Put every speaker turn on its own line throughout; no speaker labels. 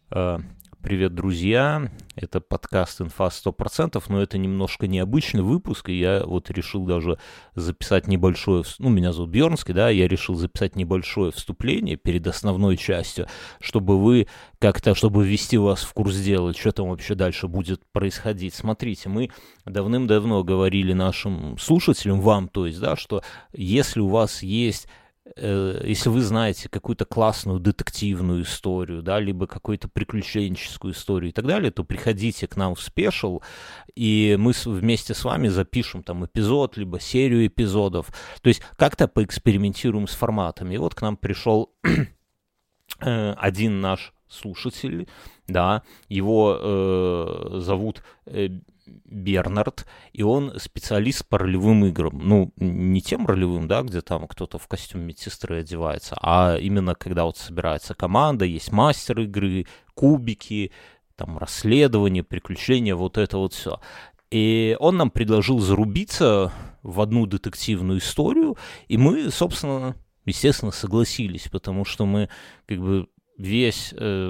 Э, Привет, друзья! Это подкаст «Инфа 100%», но это немножко необычный выпуск, и я вот решил даже записать небольшое... меня зовут Бьернский, да, я решил записать небольшое вступление перед основной частью, чтобы вы как-то, чтобы ввести вас в курс дела, что там вообще дальше будет происходить. Смотрите, мы давным-давно говорили нашим слушателям, вам, то есть, да, что если у вас есть... Если вы знаете какую-то классную детективную историю, да, либо какую-то приключенческую историю и так далее, то приходите к нам в спешл, и мы вместе с вами запишем там эпизод, либо серию эпизодов. То есть как-то поэкспериментируем с форматами. И вот к нам пришел один наш слушатель, да, его зовут Бернард, и он специалист по ролевым играм. Ну, не тем ролевым, да, где там кто-то в костюме медсестры одевается, а именно когда вот собирается команда, есть мастер игры, кубики, там расследование, приключения, вот это вот все. И он нам предложил зарубиться в одну детективную историю, и мы, собственно, естественно, согласились, потому что мы как бы весь,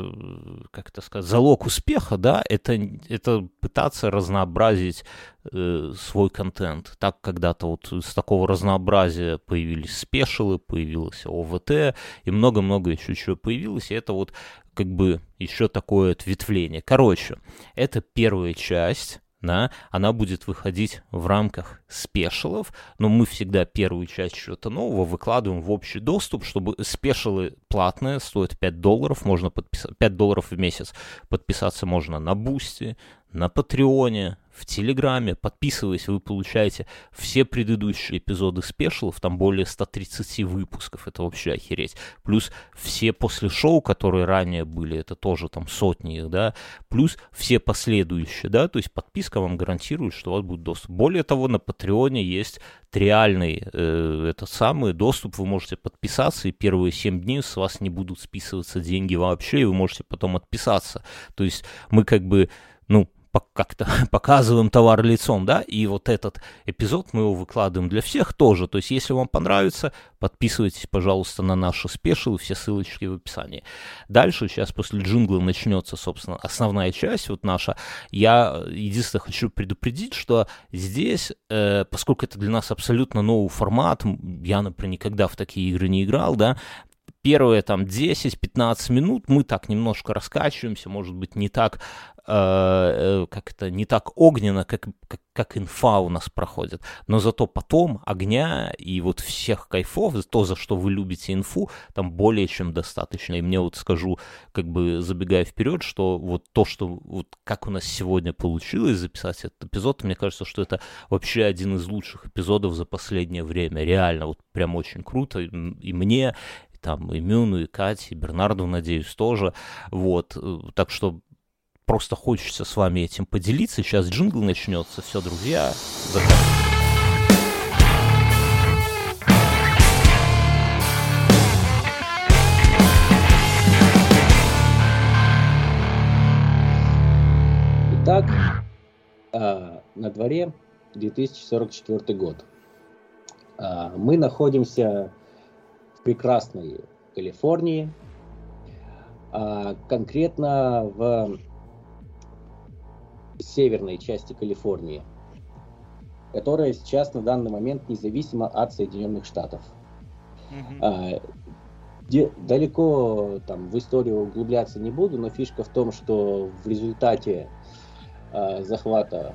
как это сказать, залог успеха, да, это пытаться разнообразить свой контент. Так когда-то вот с такого разнообразия появились спешилы, появилось ОВТ и много-много еще чего появилось, и это вот как бы еще такое ответвление. Короче, это первая часть. Да, она будет выходить в рамках спешилов, но мы всегда первую часть чего-то нового выкладываем в общий доступ, чтобы спешилы платные, стоят $5, можно подписать, $5 в месяц, подписаться можно на Бусти, на Патреоне, в Телеграме. Подписываясь, вы получаете все предыдущие эпизоды спешилов, там более 130 выпусков, это вообще охереть. Плюс все после шоу, которые ранее были, это тоже там сотни их, да, плюс все последующие, да, то есть подписка вам гарантирует, что у вас будет доступ. Более того, на Патреоне есть реальный этот самый доступ, вы можете подписаться, и первые 7 дней с вас не будут списываться деньги вообще, и вы можете потом отписаться. То есть мы как бы, как-то показываем товар лицом, да, и вот этот эпизод мы его выкладываем для всех тоже, то есть если вам понравится, подписывайтесь, пожалуйста, на наши спешилы, все ссылочки в описании. Дальше, сейчас после джингла начнется, собственно, основная часть вот наша. Я единственное хочу предупредить, что здесь, поскольку это для нас абсолютно новый формат, я, например, никогда в такие игры не играл, да, первые там 10-15 минут мы так немножко раскачиваемся, может быть, не так, не так огненно, как инфа у нас проходит, но зато потом огня и вот всех кайфов, то, за что вы любите инфу, там более чем достаточно. И мне вот скажу, как бы забегая вперед, что вот то, что вот как у нас сегодня получилось записать этот эпизод, мне кажется, что это вообще один из лучших эпизодов за последнее время. Реально, вот прям очень круто. И мне, там, и Мюну, и Кате, и Бернарду, надеюсь, тоже. Вот. Так что просто хочется с вами этим поделиться. Сейчас джингл начнется. Все, друзья,
Итак, на дворе 2044 год. Мы находимся в прекрасной Калифорнии, конкретно в северной части Калифорнии, которая сейчас на данный момент независима от Соединенных Штатов. Далеко там в историю углубляться не буду, но фишка в том, что в результате захвата,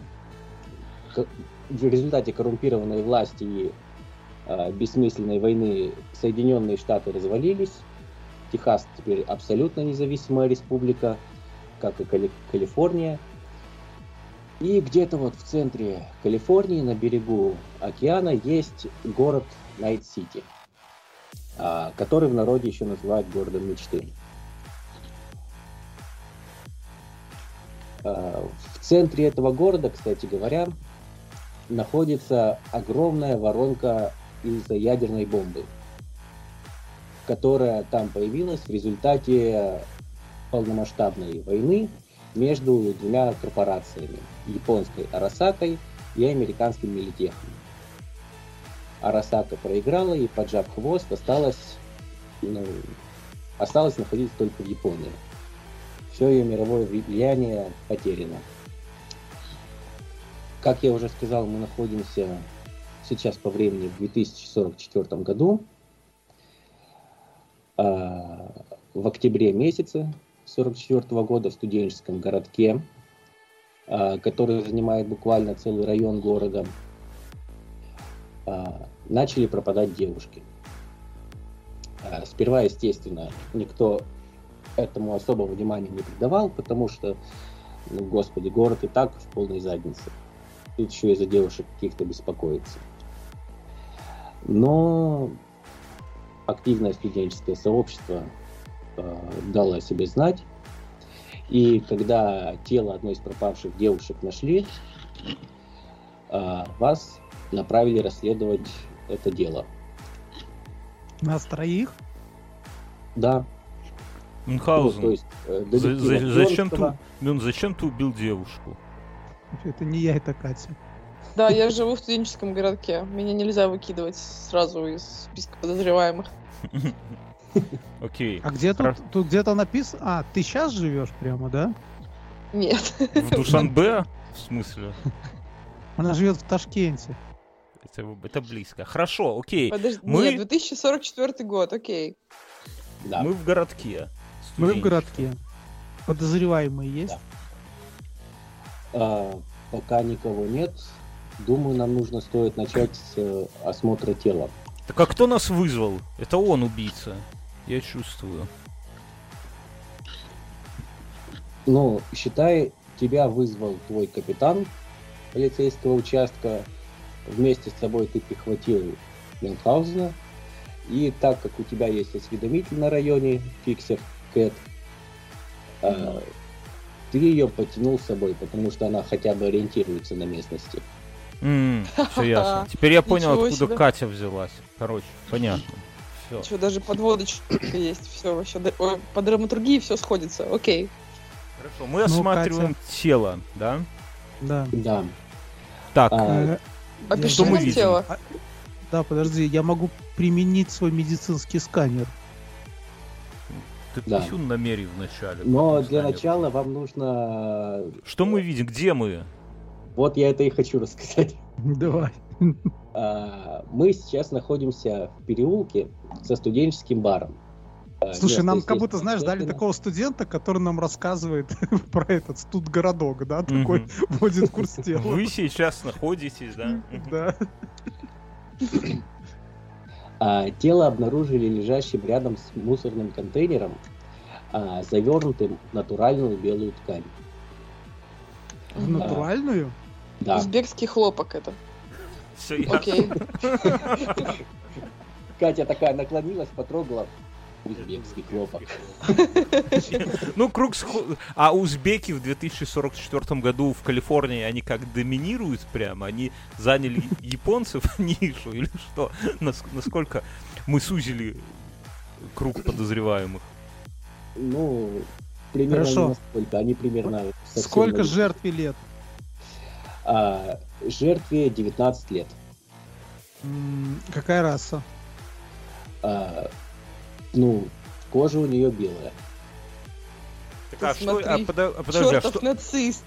в результате коррумпированной власти и бессмысленной войны Соединенные Штаты развалились. Техас теперь абсолютно независимая республика, как и Калифорния. И где-то вот в центре Калифорнии, на берегу океана, есть город Найт-Сити, который в народе еще называют городом мечты. В центре этого города, кстати говоря, находится огромная воронка из-за ядерной бомбы, которая там появилась в результате полномасштабной войны между двумя корпорациями, японской Арасакой и американским Милитехом. Арасака проиграла и, поджав хвост, осталась находиться только в Японии. все ее мировое влияние потеряно. Как я уже сказал, мы находимся сейчас по времени в 2044 году. В октябре месяце 1944 года в студенческом городке, который занимает буквально целый район города, начали пропадать девушки. Сперва, естественно, никто этому особого внимания не придавал, потому что, ну, господи, город и так в полной заднице. Тут еще из-за девушек каких-то беспокоится. Но активное студенческое сообщество дало о себе знать. И когда тело одной из пропавших девушек нашли, вас направили расследовать это дело.
Нас троих?
Да.
Мюнхгаузен,
Ну, то есть,
зачем ты убил девушку?
Это не я, это Катя.
Да, я живу в студенческом городке. Меня нельзя выкидывать сразу из списка подозреваемых.
Окей.
А где тут где-то написано... А, ты сейчас живешь прямо, да?
Нет.
В Душанбе? В смысле?
Она живет в Ташкенте.
Это близко. Хорошо, окей.
Подожди,
Мы-
нет, 2044 год, окей.
Да.
Мы в городке.
Мы в городке. Подозреваемые есть?
Пока никого нет, думаю, нам стоит начать с осмотра тела.
Так а кто нас вызвал? Это он убийца. Я чувствую.
Ну, считай, тебя вызвал твой капитан полицейского участка. Вместе с собой ты прихватил Мюнхгаузена. И так как у тебя есть осведомитель на районе, фиксер Кэт, ты ее потянул с собой, потому что она хотя бы ориентируется на местности.
Все ясно. Теперь я понял,
Ничего
откуда
себе.
Катя взялась. Короче, понятно. Все.
Что, даже подводочка есть, все вообще. По драматургии все сходится, окей.
Хорошо, мы осматриваем тело, да?
Да.
Да.
Так,
Опиши
Что мы
нам
видим?
тело.
Да, подожди, я могу применить свой медицинский сканер.
ты
да.
писюн намери вначале.
Но
потом
для
станет.
начала вам нужно...
Что мы видим? Где мы?
Вот я это и хочу рассказать.
Давай.
Мы сейчас находимся в переулке со студенческим баром.
Слушай,
Место,
нам как будто,
естественно,
знаешь, дали
общественное.
такого студента, который нам рассказывает про этот студгородок, да, такой вводит в курс тела.
Вы сейчас находитесь, да?
Да.
Тело обнаружили лежащим рядом с мусорным контейнером, завернутым в натуральную белую ткань.
В натуральную?
Да.
Узбекский хлопок это.
Все ясно.
Окей.
Катя такая наклонилась, потрогала. Узбекский хлопок.
Ну, А узбеки в 2044 году в Калифорнии, они как доминируют прямо? Они заняли японцев нишу или что? Насколько мы сузили круг подозреваемых?
Ну, примерно
Хорошо.
насколько. Они примерно... совсем
Сколько
маленькие.
жертве лет?
Жертве 19 лет.
Какая раса?
Ну, кожа у нее белая.
Так,
Посмотри,
подожди,
чертов нацист.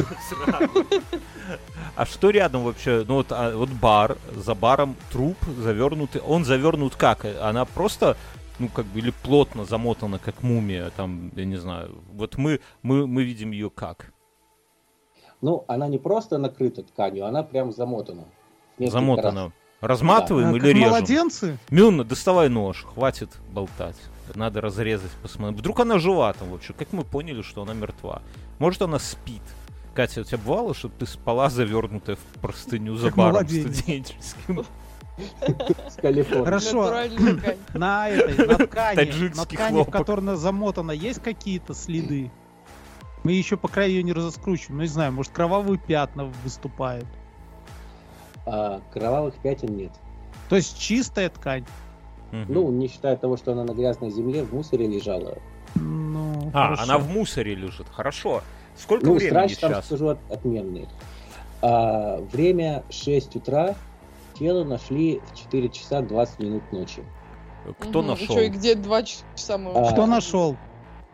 а что рядом вообще? Ну вот бар, за баром труп завернутый. Он завернут как? Она просто, ну как бы, или плотно замотана, как мумия, там, я не знаю. Вот мы видим ее как?
Ну, она не просто накрыта тканью, она прям замотана. Несколько раз.
Замотана. Разматываем или
Как
режем?
младенцы?
Мюнна, доставай нож, хватит болтать. Надо разрезать, посмотреть. Вдруг она жива там вообще? Как мы поняли, что она мертва? Может, она спит? Катя, у тебя бывало, что ты спала завернутая в простыню за
Как
баром
младенец.
студенческим?
С Калифорнии.
Хорошо.
Натуральная ткань.
На ткани,
Таджикский
в
хлопок.
которой замотана, есть какие-то следы? Мы еще пока ее не разоскручиваем. Ну, не знаю, может, кровавые пятна выступают.
Кровавых пятен нет.
То есть чистая ткань.
Мгм.
Ну, не считая того, что она на грязной земле в мусоре лежала.
Ну, хорошо.
Она в мусоре лежит. Хорошо. Сколько
Ну,
времени
срач там,
сейчас?
скажу, отменный. Время 6 утра. Тело нашли в 4 часа 20 минут ночи.
Кто
Мгм.
нашел?
И чё, и где 2 часа мы
А,
Кто нашел?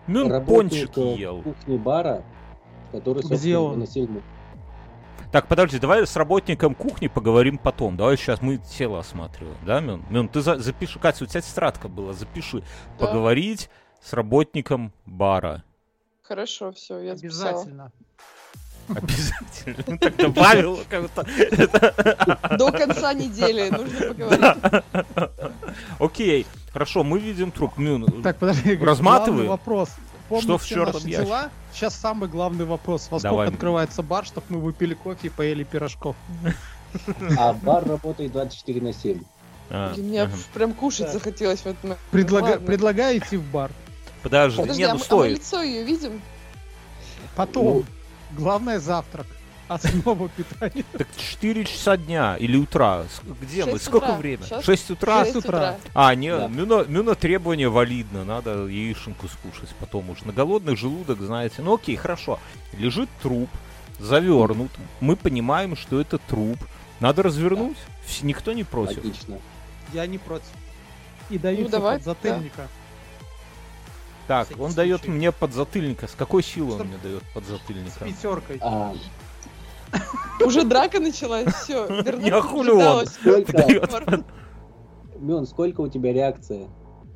Мюн
работник
пончики ел.
кухни бара, который,
Где
собственно,
он?
выносил мух.
Так, подожди, давай с работником кухни поговорим потом. Давай сейчас мы тело осматриваем, да, Мюн? Мюн, ты запиши, Катя, у тебя тетрадка была, запиши.
Да.
Поговорить с работником бара.
Хорошо, все, я записала.
Обязательно.
Обязательно. Ну, так добавил как-то.
До конца недели нужно поговорить.
Окей, хорошо, мы видим труп. Мюн,
Так, подожди.
разматываем?
Главный вопрос. Помню
Что в
все
чёртом
наши
ящике?
дела. Сейчас самый главный вопрос. Во
Давай.
сколько открывается бар, чтобы мы выпили кофе и поели пирожков?
А бар работает 24/7.
Блин, мне прям кушать
Так.
захотелось в этот момент. Ладно.
Предлагаю идти в бар.
Подожди,
Подожди,
не,
а
ну
мы
стой.
лицо ее видим?
Потом. Главное завтрак. Основа питания.
Так 4 часа дня или утра. Где мы?
6
Сколько
утра.
время?
Щас
6 утра?
6 утра.
А, не,
Да.
Мюна требование валидно, надо яишенку скушать потом уж. На голодный желудок, знаете. Ну окей, хорошо. Лежит труп, завернут. Мы понимаем, что это труп. Надо развернуть. Никто не просит.
Логично.
Я не против. И даю
Ну, давай,
затыльника.
Так,
всякий
он
случай.
дает мне подзатыльника. С какой силой он
Чтоб-
мне дает
С
подзатыльника?
пятеркой.
Уже драка началась, все.
Не, а хули он?
Сколько,
Дает
Мюн, сколько у тебя реакция?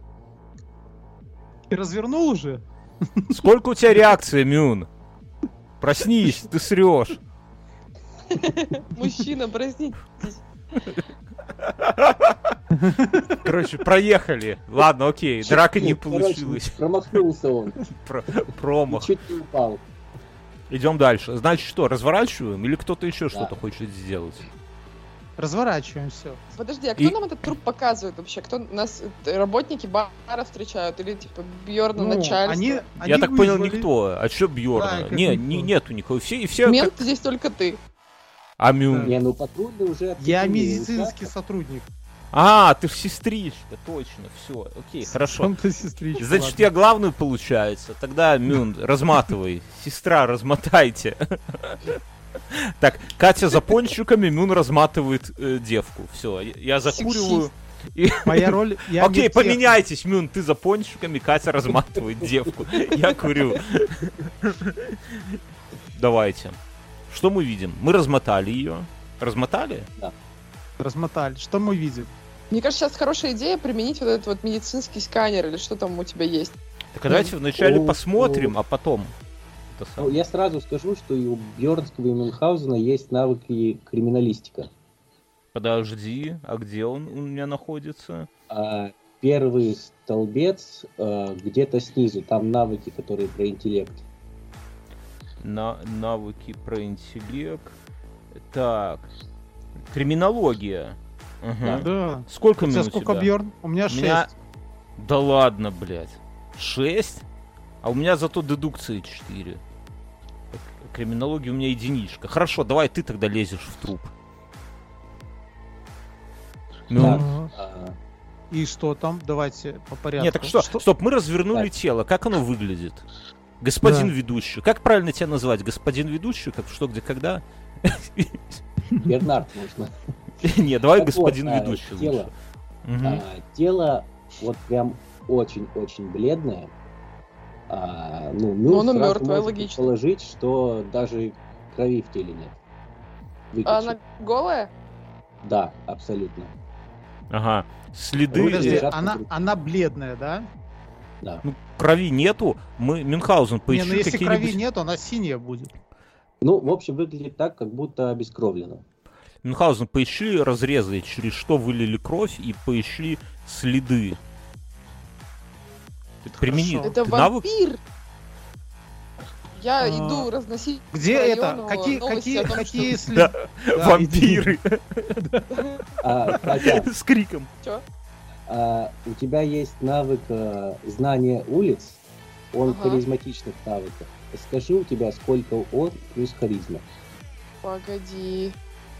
Ты развернул уже?
Сколько у тебя реакции, Мюн? Проснись, ты срешь.
Мужчина, простите.
Короче, проехали. Ладно, окей, драка не
Короче,
получилась.
Промахнулся он.
Промах.
Чуть не упал.
Идем дальше. Значит что, разворачиваем или кто-то еще
Да.
что-то хочет сделать?
Разворачиваем все.
Подожди, а кто
И-
нам этот труп показывает вообще? Кто нас, работники бара встречают? Или типа Бьорна начальство?
Я так понял, никто. А чё
Да,
Бьорна?
как
Не,
никто.
нету никого. Все, и все.
Мент здесь только ты.
А Мюн?
Не, ну патрульный уже...
Я
отцепили
медицинский
участок.
сотрудник.
А, ты ж сестричка, точно. Все, окей, хорошо.
Он-то сестричка.
Значит,
ладно.
я главную получается. Тогда, Мюн, разматывай. Сестра, размотайте. Так, Катя за пончиками, Мюн разматывает девку. Все, я закуриваю.
Моя роль... я
Окей,
медтех.
поменяйтесь, Мюн, ты за пончиками, Катя разматывает девку. Я курю. Давайте. Что мы видим? Мы размотали ее. Размотали?
Размотали. Что мы видим?
Мне кажется, сейчас хорошая идея применить вот этот вот медицинский сканер или что там у тебя есть.
Так давайте вначале
Ну,
посмотрим, а потом. Это
Ну,
самое.
я сразу скажу, что и у Бьернского и Мюнхгаузена есть навыки криминалистика.
Подожди, а где он у меня находится?
А первый столбец где-то снизу, там навыки, которые про интеллект.
Навыки про интеллект. Так. Криминология. Ага.
Да.
Сколько
У тебя
минут
сколько, Бьерн? У меня 6.
меня- Да ладно, блядь. 6? А у меня зато дедукции 4. Криминология у меня единичка. Хорошо, давай ты тогда лезешь в труп. Ну,
Так.
Ага.
А,
И что там? Давайте по порядку.
нет, так что? Стоп, мы развернули
Так.
тело. Как оно выглядит? Господин
Да.
ведущий. Как правильно тебя назвать? Господин ведущий? Как что, где, когда?
Бернард можно.
Не, давай
Так вот,
господин ведущий
тело.
лучше. Мгм.
Тело вот прям очень-очень бледное. Ну,
Ну, оно
сразу
мёртвое,
может
логично.
предположить, что даже крови в теле нет.
А
Выкачи.
она голая?
Да, абсолютно.
Ага. Следы.
Подожди,
лежат
она,
вокруг.
она бледная, да?
Да.
Ну, крови нету. Мы, Мюнхгаузен,
Не,
поищи
ну если крови
какие-нибудь...
нет, она синяя будет.
Ну, в общем, выглядит так, как будто обескровлено.
Мюнхгаузен, поищи разрезы, через что вылили кровь, и поищи следы. Ты примени.
Хорошо.
Это
Ты навык?
вампир! Я
А,
иду разносить
Где
по
это?
району
Какие,
новости о том,
какие
что-
следы?
Да, вампиры.
Хотя,
С криком.
Чё?
у тебя есть навык знания улиц, он
Ага.
харизматичных навыков. Скажи, у тебя сколько он плюс харизма?
Погоди.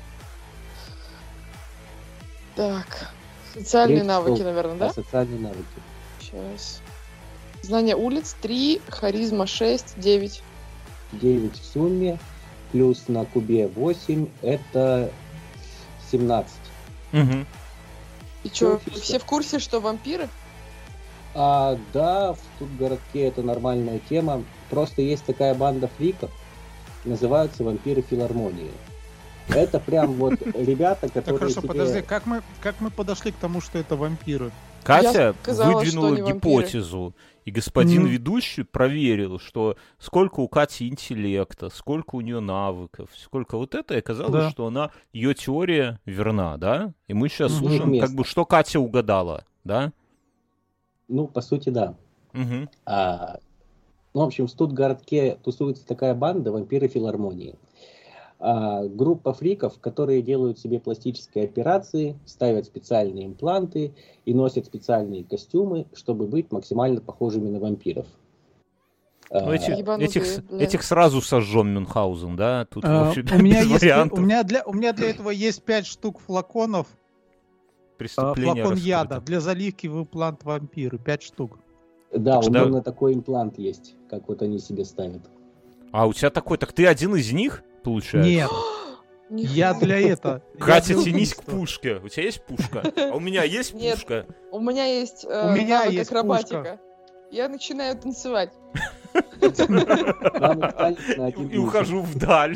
Так. Социальные
Третий
навыки,
столб.
наверное, да?
Социальные навыки.
Сейчас. Знание улиц 3, харизма 6, 9.
9 в сумме, плюс на кубе 8, это 17.
Мгм.
И чё,
фишка.
все в курсе, что вампиры?
Да, в Студгородке это нормальная тема. Просто есть такая банда фриков, называются вампиры филармонии. Это прям вот ребята,
Так,
которые
хорошо,
тебе...
подожди, как мы подошли к тому, что это вампиры?
Катя
сказала,
выдвинула
что они вампиры.
гипотезу, и господин
Мгм.
ведущий проверил, что сколько у Кати интеллекта, сколько у нее навыков, сколько вот это, и оказалось,
Да.
что ее теория верна, да? И мы сейчас
Мгм.
слушаем,
Место.
как бы, что Катя угадала, да?
Ну, по сути, да.
Мгм.
Ну, в общем, в Студгородке тусуется такая банда вампиры филармонии. Группа фриков, которые делают себе пластические операции, ставят специальные импланты и носят специальные костюмы, чтобы быть максимально похожими на вампиров.
Ну,
Ебанутые, блин.
этих сразу сожжем Мюнхгаузен, да? Тут, в общем,
У меня
без
есть,
вариантов.
у меня для этого есть 5 штук флаконов,
Преступление
флакон
раскрыто.
яда для заливки в имплант вампиры, 5 штук.
Да, у
Что?
меня такой имплант есть, как вот они себе ставят.
А у тебя такой, так ты один из них, получается?
Нет, я
Нихуя.
для этого.
Катя,
для
тянись к
убийства.
пушке. У тебя есть пушка? А у меня есть
Нет.
пушка?
У меня есть
У меня
навык
есть
акробатика. Я начинаю танцевать.
Главное, танец на один
И ухожу вдаль.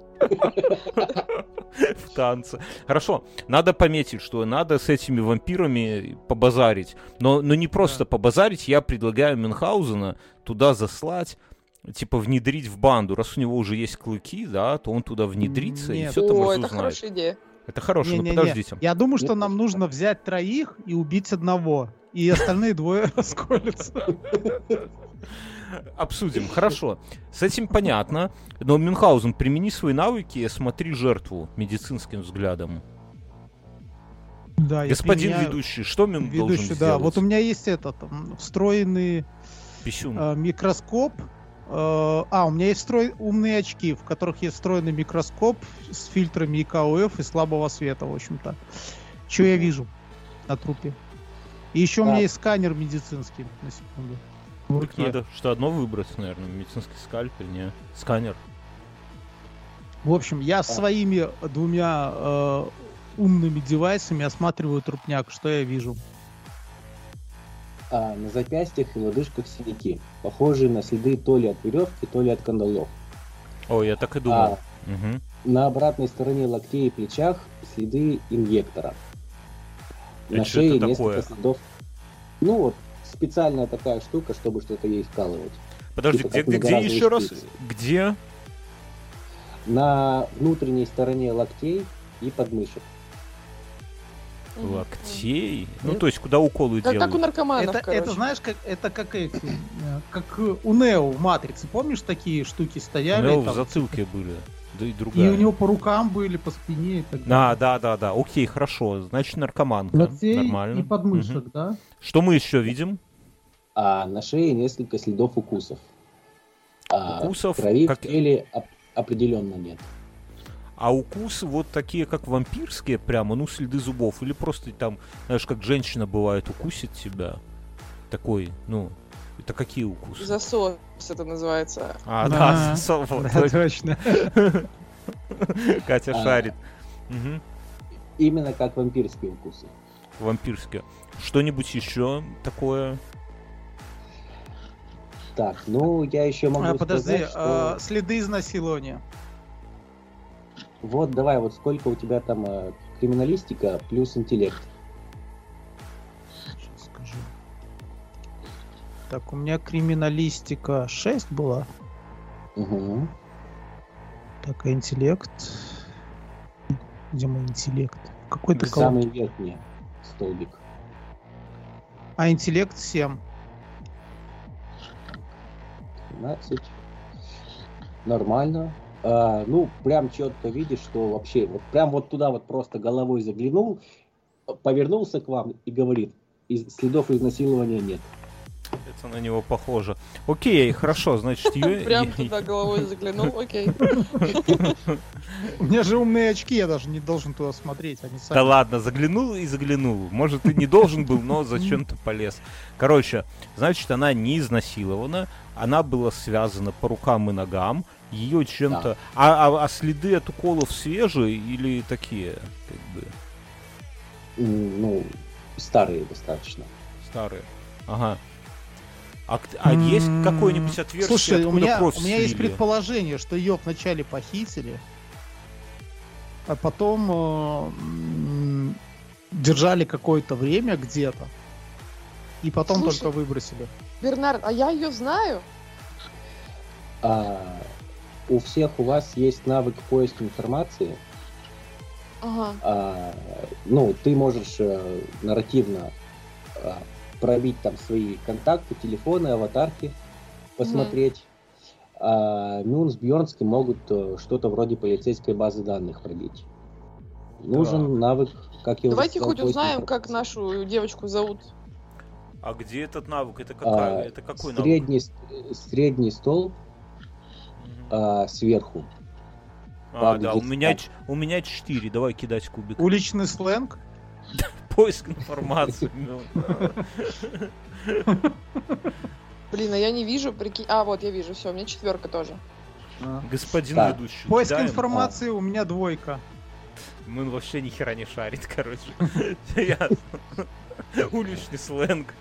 В танце. Хорошо, надо пометить, что надо с этими вампирами побазарить. Но не просто побазарить, я предлагаю Мюнхгаузена туда заслать, типа внедрить в банду. Раз у него уже есть клыки, да, то он туда внедрится и
Нет.
все там
О, это
разузнает.
хорошая идея.
Это хорошо, но
Не-не-не.
подождите.
Я думаю, что
Нет,
нам
почему?
нужно взять 3 и убить 1, и остальные 2 расколются.
Обсудим, хорошо. С этим понятно. Но, Мюнхгаузен, примени свои навыки и осмотри жертву медицинским взглядом.
Да, я
Господин
применяю-
ведущий, что Мюн должен
Ведущий,
сделать?
да. Вот у меня есть встроенный
Писюн.
микроскоп. У меня есть умные очки, в которых есть встроенный микроскоп с фильтрами ИКОФ и слабого света, в общем-то. Что я вижу на трупе? И еще у меня
Так.
есть сканер медицинский, на секунду. В руке.
Надо что одно выбрать, наверное, медицинский скальпель, не сканер.
В общем, я своими 2 умными девайсами осматриваю трупняк, что я вижу.
На запястьях и лодыжках синяки, похожие на следы то ли от веревки, то ли от кандалов.
О, я так и думал. Мгм.
На обратной стороне локтей и плечах следы инъектора.
Это
На
что
шее
это
несколько
такое?
следов. Ну вот, специальная такая штука, чтобы что-то ей вкалывать.
Подожди,
типа как
где
многоразовый
еще раз?
шприц.
Где?
На внутренней стороне локтей и подмышек.
Локтей? Ну,
Нет.
то есть, куда уколы
Как у
делают?
наркоманов,
Это
короче.
знаешь, как эти, как у Нео в Матрице. Помнишь, такие штуки
У
стояли?
него в
там,
затылке были. Да и
и
другая.
у него по рукам были, по спине и так
Да. Окей, хорошо. Значит, наркоманка.
Локтей
Нормально.
и подмышек,
Мгм.
да?
Что мы еще видим?
А на шее несколько следов укусов.
Укусов?
Крови
Как-
в теле определенно нет.
А укусы вот такие, как вампирские, прямо, ну, следы зубов. Или просто там, знаешь, как женщина бывает, укусит тебя. Такой, ну, это какие укусы?
Засос это называется.
А,
Да.
да, засов, вот,
Да, точно.
Катя
А.
шарит. Мгм.
Именно как вампирские укусы.
Вампирские. Что-нибудь еще такое?
Так, ну я еще могу
Подожди,
сказать, что...
следы изнасилования.
Вот давай, вот сколько у тебя там криминалистика плюс интеллект.
Сейчас скажу. Так, у меня криминалистика 6 была.
Угу.
Так, а интеллект? Где мой интеллект? Какой-то
Самый верхний столбик.
А интеллект 7.
12. Нормально. Ну, прям четко видишь, что вообще, вот прям вот туда вот просто головой заглянул, повернулся к вам и говорит, следов изнасилования нет.
Это на него похоже. Окей, хорошо, значит,
Прям туда головой заглянул, окей.
У меня же умные очки, я даже не должен туда смотреть. Они сами.
Да ладно, заглянул и заглянул. Может, и не должен был, но зачем-то полез. Короче, значит, она не изнасилована, она была связана по рукам и ногам, ее чем-то... А следы от уколов свежие или такие, как бы,
Ну, старые достаточно.
старые? Ага. А есть какое-нибудь отверстие,
Слушай, у
откуда
меня
кровь
есть
слили?
предположение, что ее вначале похитили, а потом держали какое-то время где-то, и потом
Слушай,
только выбросили.
Бернард, а я ее знаю?
У всех у вас есть навык поиска информации.
Ага.
Ну, ты можешь нарративно пробить там свои контакты, телефоны, аватарки, посмотреть. Мюн с Бьернским могут что-то вроде полицейской базы данных пробить. Нужен навык, как я
Давайте
уже сказал,
хоть
поиска
узнаем,
информации.
как нашу девочку зовут.
А где этот навык? Это какой навык?
Средний столб сверху.
Да, у меня 4. Давай кидать кубик.
Уличный сленг?
Поиск информации.
Блин, а я не вижу, прикинь. Вот я вижу, все, у меня 4 тоже.
Господин
Так.
ведущий.
Поиск
кидаем.
информации у меня 2.
Мы вообще ни хера не шарит, короче. Уличный сленг.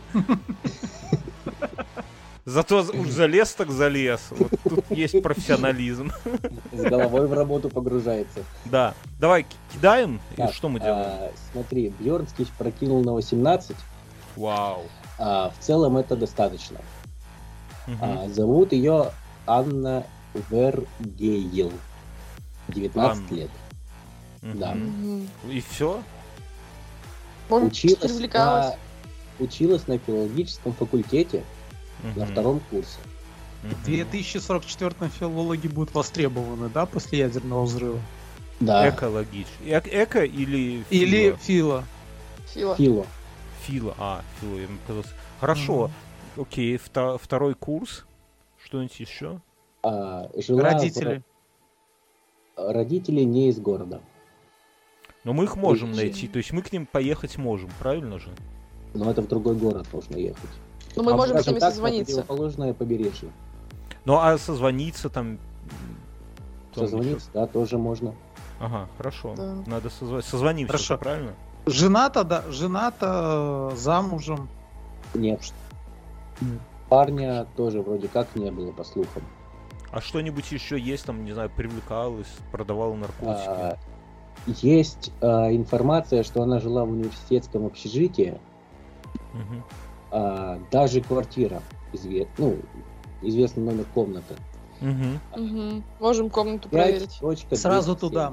Зато уж залез так залез. Вот тут есть профессионализм.
С головой в работу погружается.
Да. Давай кидаем. И
Так,
что мы делаем?
Смотри, Бьернский прокинул на 18.
Вау.
В целом это достаточно.
Мгм.
Зовут ее Анна Вергейл. 19
Анна.
лет.
Мгм.
Да.
И все?
Может, привлекалась.
Училась на филологическом факультете на 2-м курсе.
В 2044 филологи будут востребованы, да, после ядерного взрыва?
Да,
Экологич. Эко или
Или фило?
Фила.
фило.
Фила. Фила, я мне казалось. Хорошо. Окей, 2-й курс. Что-нибудь еще?
Жила
Родители.
Родители не из города.
Но мы их можем
Ой,
найти. То есть мы к ним поехать можем, правильно же?
Но это в другой город нужно ехать.
Ну, мы можем с
Скажем
ними
так, на
созвониться.
противоположное побережье.
Ну а созвониться там...
Созвониться, да, тоже можно.
Ага, хорошо.
Да.
Надо созвонимся,
Хорошо.
правильно?
Жената, да, жената, замужем.
Нет. Парня тоже вроде как не было, по слухам.
А что-нибудь еще есть там, не знаю, привлекалась, продавала наркотики?
Есть информация, что она жила в университетском общежитии.
Мгм.
Даже квартира, известный номер комнаты.
Мгм.
Мгм. Можем комнату проверить.
5.207.
Сразу туда.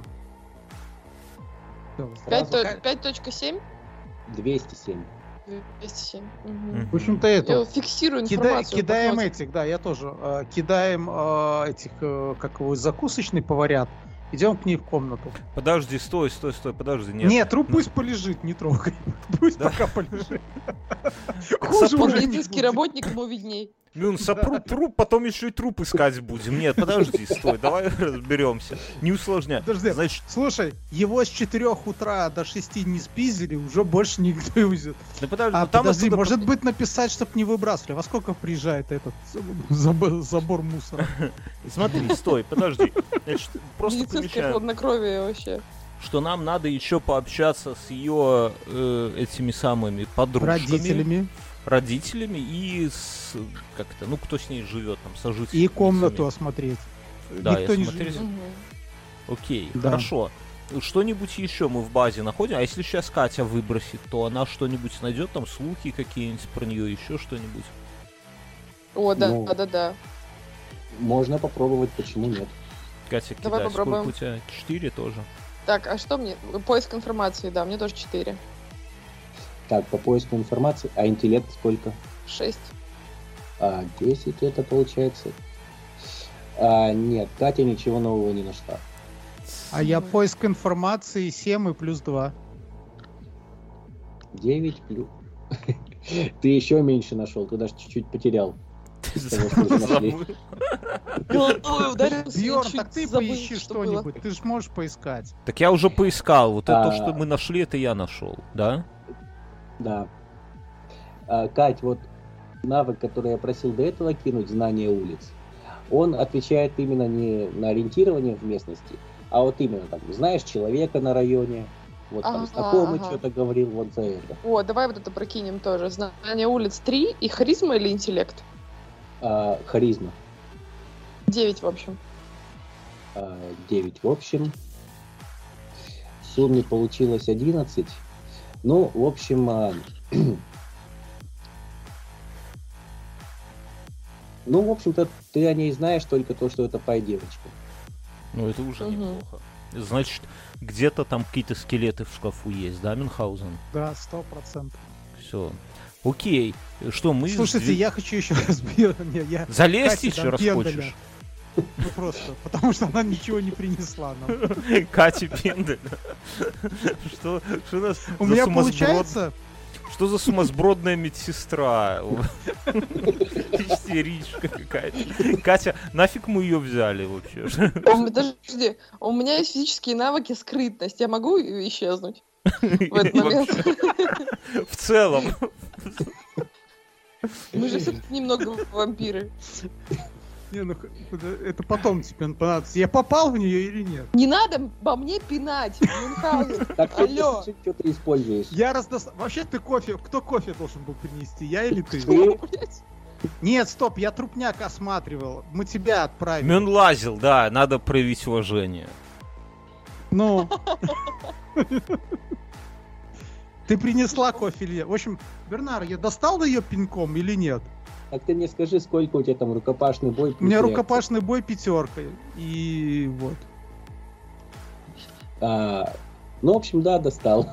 5.7?
207.
207.
Мгм.
В общем-то,
Я
это.
фиксирую информацию.
Кидаем
в блокноте.
этих, да, я тоже. Кидаем этих, как его, закусочный поварят. Идем к ней в комнату.
Подожди, стой, подожди. Нет,
Нет, труп пусть полежит, не трогай. Пусть
Да.
пока полежит.
Так
Хуже
сопру-
Он
уже не
медицинский
будет.
работник, ему видней.
Мюн, сопру труп, потом еще и труп искать будем. Нет, подожди, стой, давай разберемся. Не усложняй.
Подожди.
Значит,
Слушай, его с 4 утра до 6 не спиздили, уже больше никто не увезет.
да подожди,
А
ну там
подожди,
оттуда-
может быть написать, чтоб не выбрасывали. Во сколько приезжает этот забор мусора?
Смотри, стой, подожди. Значит, просто
Медицинское
помечаем,
хладнокровие вообще.
что нам надо еще пообщаться с ее этими самыми подружками. Родителями и с как-то, ну кто с ней живет там, сожительницами.
И комнату осмотреть.
Да,
Никто
и
не
осмотреть.
живет.
Мгм.
Окей,
Да.
хорошо. Что-нибудь еще мы в базе находим, а если сейчас Катя выбросит, то она что-нибудь найдет, там слухи какие-нибудь про нее, еще что-нибудь.
О, да,
Ну,
да.
Можно попробовать, почему нет.
Катя,
Давай
кидай,
попробуем.
сколько у тебя? 4 тоже.
Так, а что мне? Поиск информации, да, мне тоже 4.
Так, по поиску информации. А интеллект сколько?
6.
10 это получается. Нет, Катя ничего нового не нашла.
А я поиск информации 7 и плюс 2.
9 плюс... Ты еще меньше нашел, ты даже чуть-чуть потерял. Из того, что вы нашли.
Забыл.
Головой ударился. и
Бьерн,
чуть
так ты
забыл,
поищи
что было.
что-нибудь. Ты же можешь поискать.
Так я уже поискал, вот это,
А.
что мы нашли, это я нашел, да?
Да. Кать, вот навык, который я просил до этого кинуть, знание улиц, он отвечает именно не на ориентирование в местности, а вот именно там, знаешь человека на районе, Вот там
Ага,
знакомый
ага.
что-то говорил вот за это.
О, давай вот это прокинем тоже. Знание улиц 3 и харизма или интеллект?
Харизма
9, в общем.
9 в общем. В сумме получилось 11. Ну, в общем... Ну, в общем-то, ты о ней знаешь только то, что это пай-девочка.
Ну, это уже
Мгм.
неплохо. Значит, где-то там какие-то скелеты в шкафу есть, да, Мюнхгаузен?
Да, 100%.
Все. Окей. Что, мы...
Слушайте, я хочу еще раз... Не, я
Залезть
Кате
еще
дам
раз
пендаля.
хочешь?
Ну просто, потому что она ничего не принесла нам.
Катя Пендель. Что у нас
У
за
меня
сумасброд-
получается...
Что за сумасбродная медсестра? Истеричка какая-то. Катя, нафиг мы ее взяли вообще?
Подожди, у меня есть физические навыки скрытность. Я могу исчезнуть в этот
И
момент?
вообще, в целом.
Мы же все-таки немного вампиры.
Не, ну это потом тебе понадобится. Я попал в нее или нет?
Не надо во мне пинать, Мюнхгаузен.
Так,
Алло.
что ты используешь?
Я Вообще ты кофе... Кто кофе должен был принести? Я или ты?
Ты?
Блядь.
Нет, стоп, я трупняк осматривал. Мы тебя отправили.
Мюн лазил, да, надо проявить уважение.
Ну... Ты принесла кофе или нет? В общем, Бернар, я достал ее пинком или нет?
Так ты мне скажи, сколько у тебя там рукопашный бой?
У меня
плюс
рукопашный бой 5. И вот.
реакция? Ну, в общем, да, достал.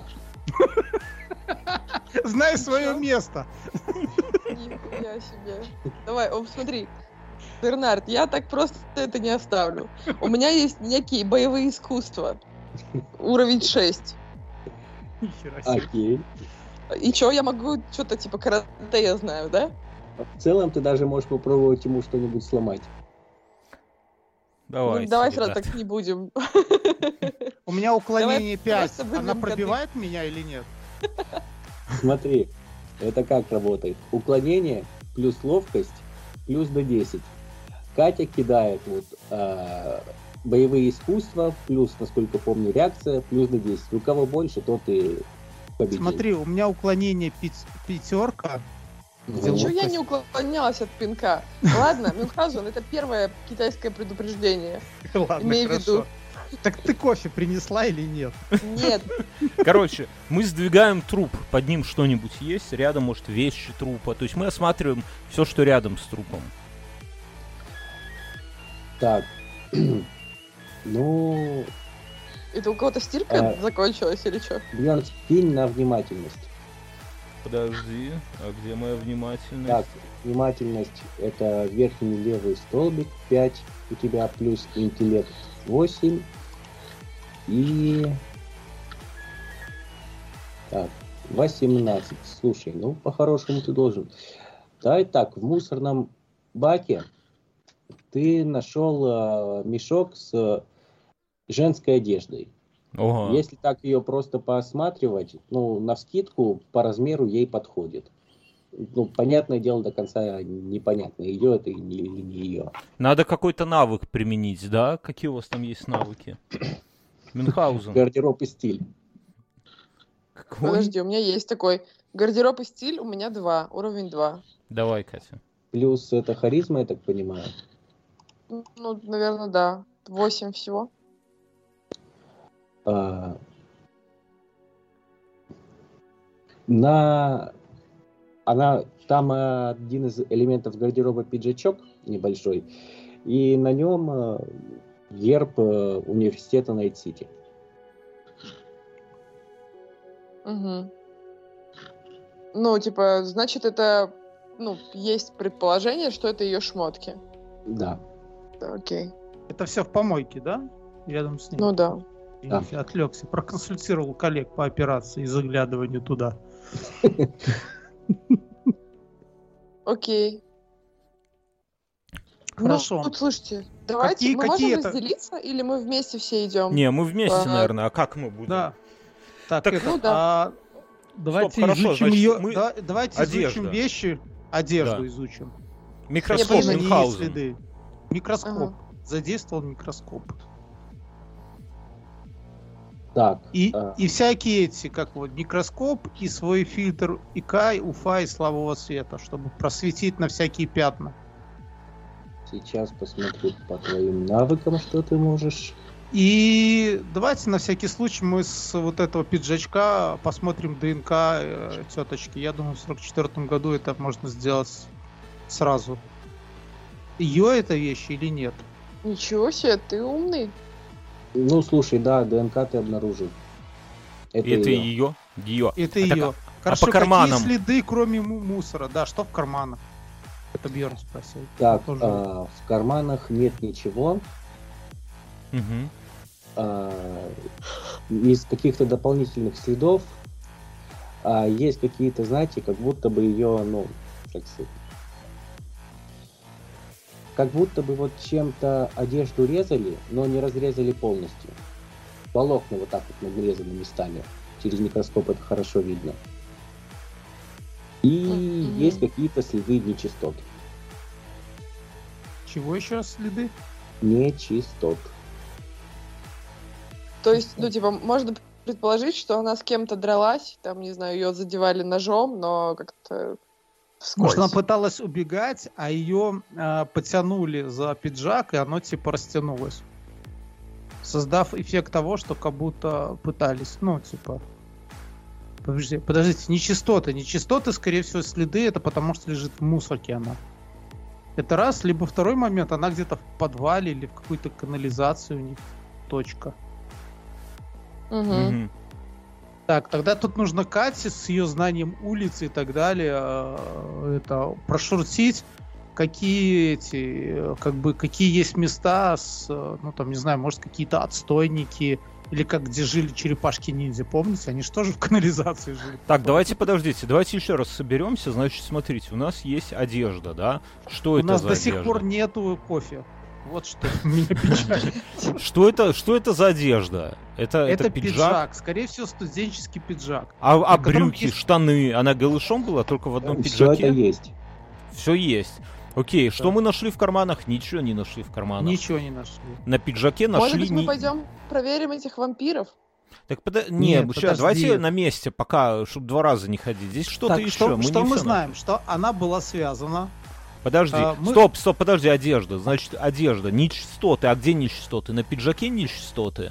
Знай свое место.
Нихуя себе. Давай, смотри. Бернард, я так просто это не оставлю. У меня есть некие боевые искусства. Уровень 6.
Нихера себе.
Окей.
И чё, я могу что-то типа карате, я знаю, да?
В целом ты даже можешь попробовать ему что-нибудь сломать.
Давайте,
Ну, давай сразу
ребята.
так не будем.
У меня уклонение
Давай
5.
просто выберем
Она пробивает меня или нет?
Смотри, это как работает. Уклонение плюс ловкость плюс до 10. Катя кидает вот боевые искусства плюс, насколько помню, реакция плюс до 10. У кого больше, тот и победил.
Смотри, у меня уклонение 5.
Ну,
Чё я не уклонялась от пинка? Ладно, Мюнхгаузен, это первое китайское предупреждение.
Ладно,
Имей в
хорошо.
виду.
Так ты кофе принесла или нет?
Нет,
Короче, мы сдвигаем труп, под ним что-нибудь есть, рядом, может, вещи трупа. То есть мы осматриваем все, что рядом с трупом.
Так. Ну,
это у кого-то стирка закончилась или что?
Бьерн, кинь на внимательность.
Подожди, а где моя внимательность?
Так, внимательность это верхний левый столбик 5, у тебя плюс интеллект 8 и так, 18. Слушай, ну по-хорошему ты должен. Да, так, в мусорном баке ты нашел мешок с женской одеждой.
Ага.
Если так ее просто поосматривать, ну, навскидку по размеру ей подходит. Ну, понятное дело, до конца непонятно, ее это или не ее.
Надо какой-то навык применить, да? Какие у вас там есть навыки? Мюнхгаузен.
Гардероб и стиль.
Какой?
Подожди, у меня есть такой гардероб и стиль, у меня 2, уровень 2.
Давай, Катя.
Плюс это харизма, я так понимаю.
Ну, наверное, да. 8 всего.
Там один из элементов гардероба пиджачок небольшой, и на нем герб университета Найт-Сити.
Угу. Ну, типа, значит, это, ну, есть предположение, что это ее шмотки.
Да.
Да, окей.
Это все в помойке, да? Рядом с ним.
Ну да.
Да.
Я отвлекся, проконсультировал коллег по операции и заглядыванию туда.
Окей.
Хорошо.
Ну, слушайте, давайте, мы
какие
можем
это-
разделиться, или мы вместе все идем?
Не, мы вместе,
Ага.
наверное. А как мы будем?
Да. Так,
Так,
это,
ну да.
давайте
хорошо,
изучим
значит,
ее.
мы-
Давайте
Одежда.
изучим вещи. Одежду
Да.
изучим.
Микроскоп
Какие на ней есть
Мюнхгаузен.
следы? Микроскоп.
Ага.
Задействовал микроскоп.
Так,
И всякие эти, как вот, микроскоп и свой фильтр ИК, УФА и слабого света, чтобы просветить на всякие пятна.
сейчас посмотрю по твоим навыкам, что ты можешь.
И давайте на всякий случай мы с вот этого пиджачка посмотрим ДНК теточки. Я думаю, в 44-м году это можно сделать сразу. Ее это вещь или нет?
Ничего себе, ты умный.
Ну, слушай, да, ДНК ты обнаружил.
Это
её.
ее.
Это
А так,
ее.
а
Хорошо,
по карманам?
какие следы, кроме мусора? Да, что в карманах? Это Бьерн спросил.
Так,
Тоже.
в карманах нет ничего.
Мгм.
Из каких-то дополнительных следов есть какие-то, знаете, как будто бы ее, ну, как сказать, как будто бы вот чем-то одежду резали, но не разрезали полностью. Волокна вот так вот надрезаны местами. Через микроскоп это хорошо видно. И
Мгм.
есть какие-то следы нечистот.
Чего еще раз следы?
Нечистот.
То есть, ну, типа, можно предположить, что она с кем-то дралась, там, не знаю, ее задевали ножом, но как-то вскользь.
Может, она пыталась убегать, а ее потянули за пиджак, и оно типа растянулось. Создав эффект того, что как будто пытались, ну, типа... Подождите, нечистоты. Нечистоты, скорее всего, следы, это потому что лежит в мусорке она. Это раз, либо второй момент, она где-то в подвале или в какой-то канализации у них точка.
Мгм.
Мгм.
Так, тогда тут нужно Кате с ее знанием улицы и так далее это прошуртить, какие эти, как бы, какие есть места с, ну там, не знаю, может, какие-то отстойники, или как где жили черепашки-ниндзя, помните? Они же тоже в канализации жили.
Так, давайте подождите, давайте еще раз соберемся. Значит, смотрите, у нас есть одежда, да? Что
У
это
нас
за
до сих
одежда?
пор нету кофе. Вот что меня печалит.
Что это за одежда? Это пиджак?
Скорее всего, студенческий пиджак.
А
на котором
брюки,
есть-
штаны? Она голышом была только в одном
Все это
пиджаке?
есть.
Все есть. Окей, что мы нашли в карманах? Ничего не нашли в карманах.
Ничего не нашли.
На пиджаке
Может
нашли...
быть, мы пойдем проверим этих вампиров?
Так,
Нет,
сейчас,
подожди.
давайте на месте, пока, чтобы 2 раза не ходить. Здесь что-то
Так,
еще.
что
не
мы
всё
знаем? Что она была связана.
Подожди,
мы-
стоп, подожди, одежда. Значит, одежда, нечистоты. А где нечистоты? На пиджаке нечистоты?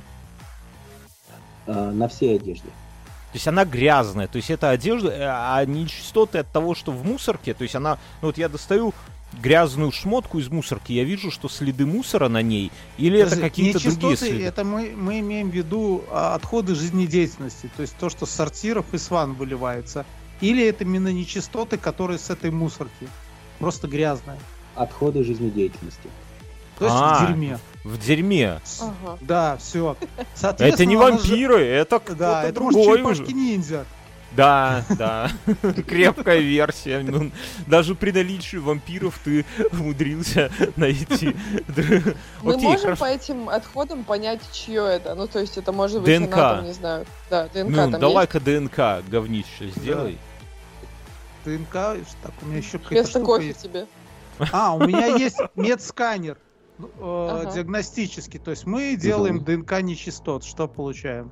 На всей одежде.
То есть она грязная, то есть это одежда, а нечистоты от того, что в мусорке, то есть она, ну вот я достаю грязную шмотку из мусорки, я вижу, что следы мусора на ней, или это
Подожди,
какие-то другие
нечистоты,
следы?
это мы имеем в виду отходы жизнедеятельности, то есть то, что с сортиров и с ванн выливается. Или это именно нечистоты, которые с этой мусорки. Просто грязная.
Отходы жизнедеятельности.
То есть
А.
в дерьме.
В дерьме.
Ага.
Да, все.
Это не вампиры, это кто-то
Да, это может
другой уже.
черепашки-ниндзя.
Да. Крепкая версия. Ну, даже при наличии вампиров ты умудрился найти.
Мы
Окей,
можем
хорошо.
по этим отходам понять, чье это? Ну, то есть это может быть
ДНК.
она, там, не знаю. Да, ДНК
Ну,
там
давай-ка ДНК, говнище, сделай.
ДНК, так, у меня еще какая-то
Вместо
штука
кофе
есть.
тебе.
У меня есть медсканер
Ага.
диагностический. То есть мы делаем ДНК нечистот. Что получаем?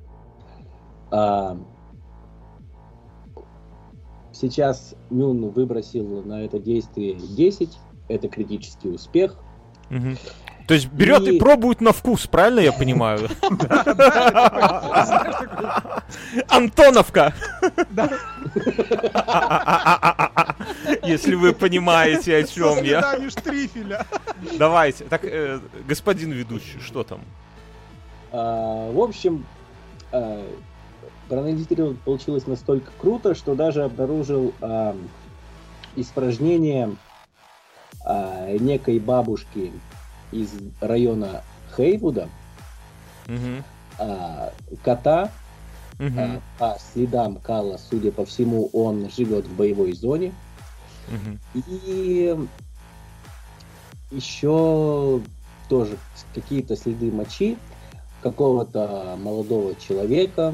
Сейчас Мюн выбросил на это действие 10. Это критический успех.
Мгм. То есть берет и
И-
пробует на вкус, правильно я понимаю? Антоновка! Если вы понимаете, о чем я.
Следами штрифеля.
Давайте. Так, господин ведущий, что там?
В общем, проанализировать получилось настолько круто, что даже обнаружил испражнение некой бабушки из района Хейвуда,
Мгм.
кота.
Мгм.
По следам Кала, судя по всему, он живет в боевой зоне.
Мгм.
И еще тоже какие-то следы мочи какого-то молодого человека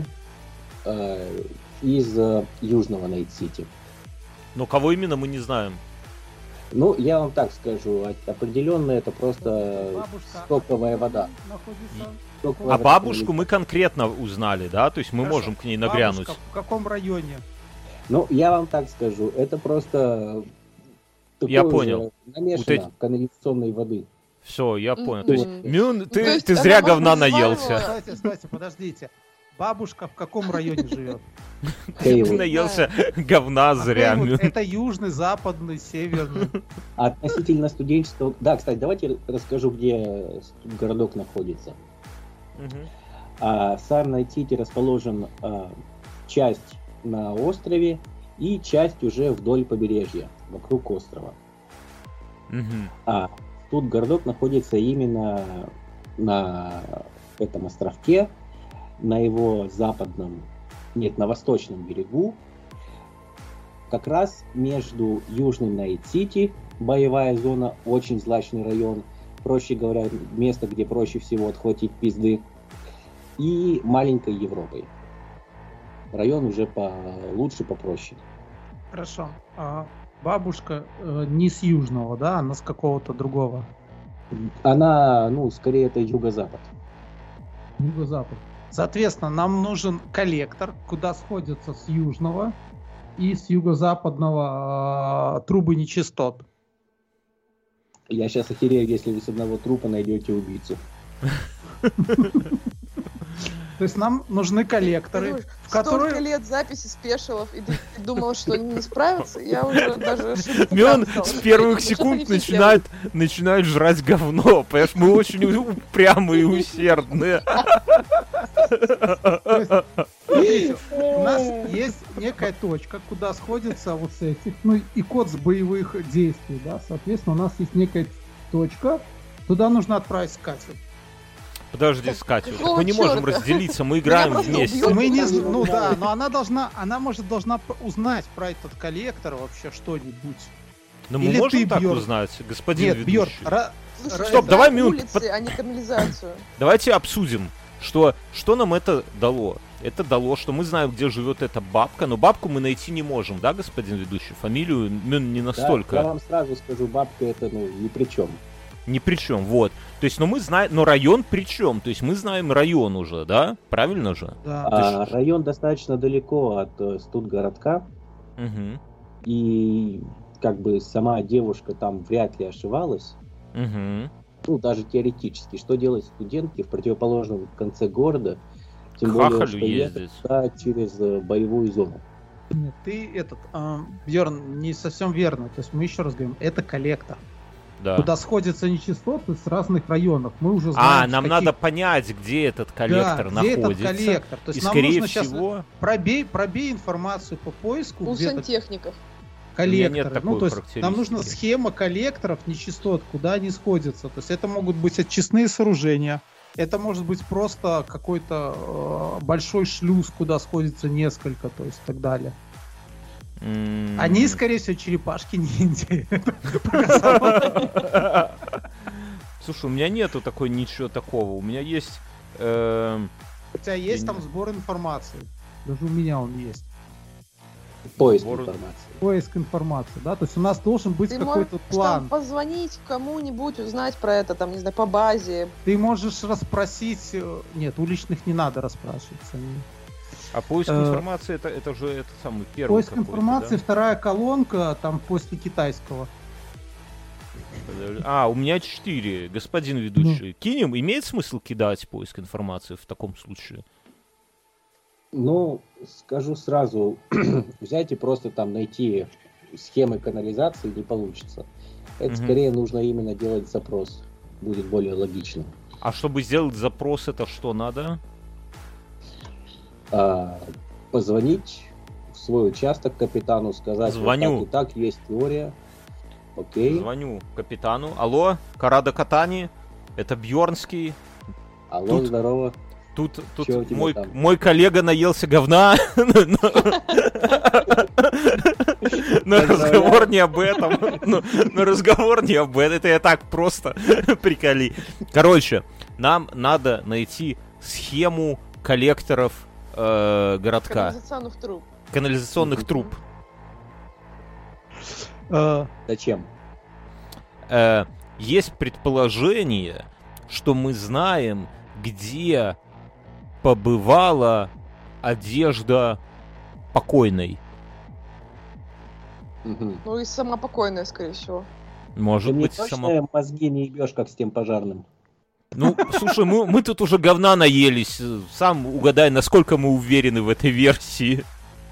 из Южного Найт-Сити.
Но кого именно, мы не знаем.
Ну, я вам так скажу, определенно это просто
Бабушка,
стоковая вода.
находится?
Стоковая
А
вода
бабушку мы конкретно узнали, да? То есть мы
Хорошо.
можем к ней нагрянуть.
Бабушка в каком районе?
Ну, я вам так скажу, это просто
Я
такое
понял.
же намешано
Вот эти-
канализационной воды.
Все, я понял.
Мгм.
То есть,
Ну,
Мюн,
то есть
ты
она,
зря
может
говна
быть,
наелся.
Стойте, подождите. Бабушка в каком районе живет?
Ты
Хейлы.
наелся говна зря,
Хейвуд
Мюн.
это южный, западный, северный.
Относительно студенческого... Да, кстати, давайте расскажу, где городок находится. Сарн-Сити расположен часть на острове и часть уже вдоль побережья, вокруг острова.
Мгм.
Тут городок находится именно на этом островке, на его на восточном берегу, как раз между Южным Найт-Сити, боевая зона, очень злачный район, проще говоря, место, где проще всего отхватить пизды, и маленькой Европой. Район уже получше, попроще.
Хорошо. А бабушка не с южного, да? Она с какого-то другого.
Она, скорее, это юго-запад.
Юго-запад. Соответственно, нам нужен коллектор, куда сходятся с южного и с юго-западного трубы нечистот.
Я сейчас охерею, если вы с одного трупа найдете убийцу.
То есть нам нужны коллекторы,
Думаешь,
в
столько
которые...
лет записи спешилов, и ты думал, что они не справятся? Я уже даже ошибку
Мюн
стала.
с первых
Ну, что
секунд
они все делают?
начинает жрать говно. Понимаешь, мы очень упрямые и усердные.
Смотрите, у нас есть некая точка, куда сходятся вот с этих, и код с боевых действий, да, соответственно, у нас есть некая точка, туда нужно отправить скатерть.
Подожди, Катя,
Какого
мы не можем
чёрта?
разделиться, мы играем
просто
вместе.
убьют.
Мы не,
там
ну
не
да,
знаю.
но она должна узнать про этот коллектор вообще что-нибудь.
Но мы
Или
можем
ты,
так
Бьёрк?
узнать, господин
Нет, Бьёрк,
ведущий?
Слушай,
Стоп,
это
давай минут,
улицы, а не канализацию.
Давайте обсудим, что нам это дало. Это дало, что мы знаем, где живет эта бабка, но бабку мы найти не можем, да, господин ведущий? Фамилию Мюн не
Да,
настолько.
я вам сразу скажу, бабка это ни при чем.
Ни при чем, вот. То есть, но мы знаем, но район при чем? То есть мы знаем район уже, да? Правильно же?
Да.
Район достаточно далеко от студгородка,
Угу.
и как бы сама девушка там вряд ли ошибалась.
Угу.
Даже теоретически. Что делать студентке в противоположном конце города? Тем более,
Хахалю
что
ездить.
ехать туда через боевую зону.
Нет, ты Бьерн, не совсем верно. То есть мы еще раз говорим, это коллектор.
Да.
Куда сходятся нечистоты с разных районов. Мы уже знаем,
Нам надо понять, где этот коллектор
где
находится.
этот коллектор. То
И
есть нам
скорее
нужно сейчас
всего,
пробей информацию по поиску,
У
где этот
сантехников.
нет
коллекторы.
такой
То есть нам
характеристики.
нужна схема коллекторов нечистот, куда они сходятся. То есть это могут быть очистные сооружения. Это может быть просто какой-то большой шлюз, куда сходится несколько, то есть и так далее. Они, скорее всего, черепашки-ниндзя.
Слушай, у меня нету ничего такого. У меня есть...
Хотя есть
Я
там
не-
сбор информации. Даже у меня он есть.
Поиск
Город.
информации.
Поиск информации, да? То есть у нас должен быть
Ты
какой-то
можешь
план.
там позвонить кому-нибудь, узнать про это, там, не знаю, по базе.
Ты можешь расспросить... Нет, уличных не надо расспрашивать.
А поиск
Э,
информации это же это самый первый.
Поиск
какой-то,
информации,
да?
вторая колонка, там после китайского.
У меня 4, господин
Ну.
ведущий. Кинем, имеет смысл кидать поиск информации в таком случае?
Скажу сразу, взять и просто там найти схемы канализации не получится. Это
Мгм.
скорее нужно именно делать запрос. Будет более логично.
А чтобы сделать запрос, это что надо?
Позвонить в свой участок капитану, сказать,
Звоню.
вот так и так, есть теория. Окей.
Звоню капитану. Алло, Карада Катани, это Бьорнский.
Алло,
Тут-
здорово.
Тут
Чё у тебя
мой,
там?
мой коллега наелся говна. Но разговор не об этом. Но разговор не об этом. Это я так просто приколи. Короче, нам надо найти схему коллекторов городка.
Канализационных труб.
Канализационных труб.
Зачем?
есть предположение, что мы знаем, где побывала одежда покойной.
Ну и сама покойная, скорее всего.
Может
Ты мне
быть,
точно мозги не ебешь, как с тем пожарным?
Ну, слушай, мы тут уже говна наелись. Сам угадай, насколько мы уверены в этой версии.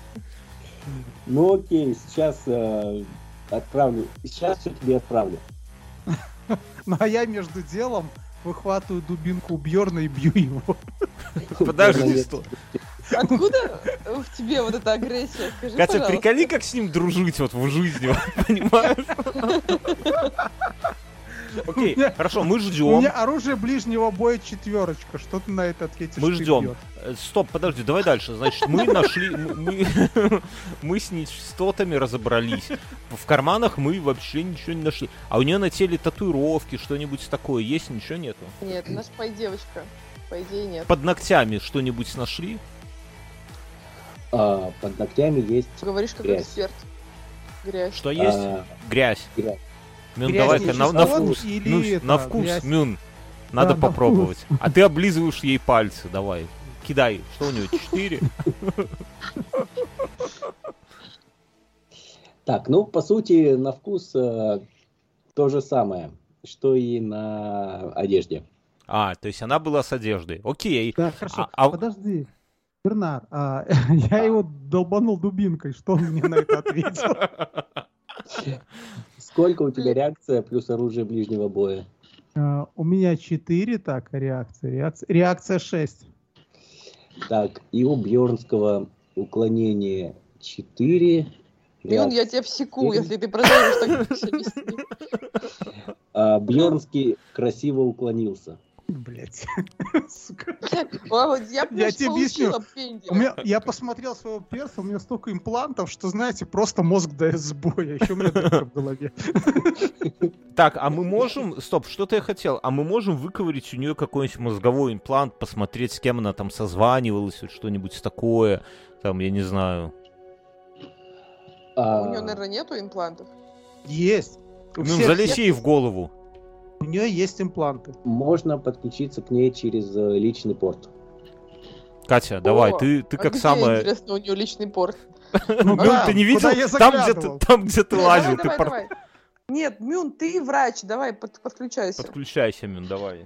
Ну окей, сейчас отправлю. Сейчас все тебе отправлю.
Ну а я между делом выхватываю дубинку у Бьорна и бью его.
Подожди, стой.
Откуда в тебе вот эта агрессия? Скажи,
Катя,
пожалуйста.
приколи, как с ним дружить вот в жизни, понимаешь? Окей, хорошо, мы
У
ждем.
меня оружие ближнего боя 4. Что ты на это ответишь?
Мы
ты,
ждем.
Бьорн?
Стоп, подожди, давай дальше. Значит, мы нашли... Мы с нечистотами разобрались. В карманах мы вообще ничего не нашли. А у нее на теле татуировки, что-нибудь такое есть? Ничего нету?
Нет, у нас девочка. По идее, нет.
Под ногтями что-нибудь нашли?
Под ногтями есть
Ты говоришь, как
грязь.
эксперт. Грязь.
Что есть? Грязь.
грязь.
Мюн,
Грязь
давай-ка на
нечистот
вкус.
или
Ну,
это,
на вкус,
грязь?
Мюн. Надо
Да, на
попробовать. А ты облизываешь ей пальцы, давай. Кидай. Что у него, 4?
Так, ну, по сути, на вкус то же самое, что и на одежде.
А, то есть она была с одеждой. Окей.
Да, хорошо.
А-
Подожди. Бернар, я его долбанул дубинкой. Что он мне на это ответил?
Сколько у тебя реакция плюс оружие ближнего боя?
У меня 4, так, реакция 6.
Так, и у Бьорнского уклонение 4.
Мюн, я тебя всеку, если ты продолжишь так себя вести.
Бьорнский красиво уклонился.
Блять. Сука.
Я
тебе объясню.
получила пендель.
Я посмотрел своего перса, у меня столько имплантов, что, знаете, просто мозг дает сбоя. Еще у меня дырка в голове.
Так, а мы можем... Стоп, что-то я хотел. А мы можем выковырить у нее какой-нибудь мозговой имплант, посмотреть, с кем она там созванивалась, вот что-нибудь такое. Там, я не знаю.
У нее, наверное, нету имплантов.
Есть. У
Ну,
всех
залезь
есть.
ей в голову.
У нее есть импланты.
Можно подключиться к ней через личный порт.
Катя, давай, ты
А
как
где,
самая...
интересно, у нее личный порт?
Ну
Мюн,
да,
ты не
куда
видел?
я
Там, где ты
Нет,
лазил, ты
давай. Нет, Мюн, ты врач, давай, подключайся.
подключайся, Мюн, давай.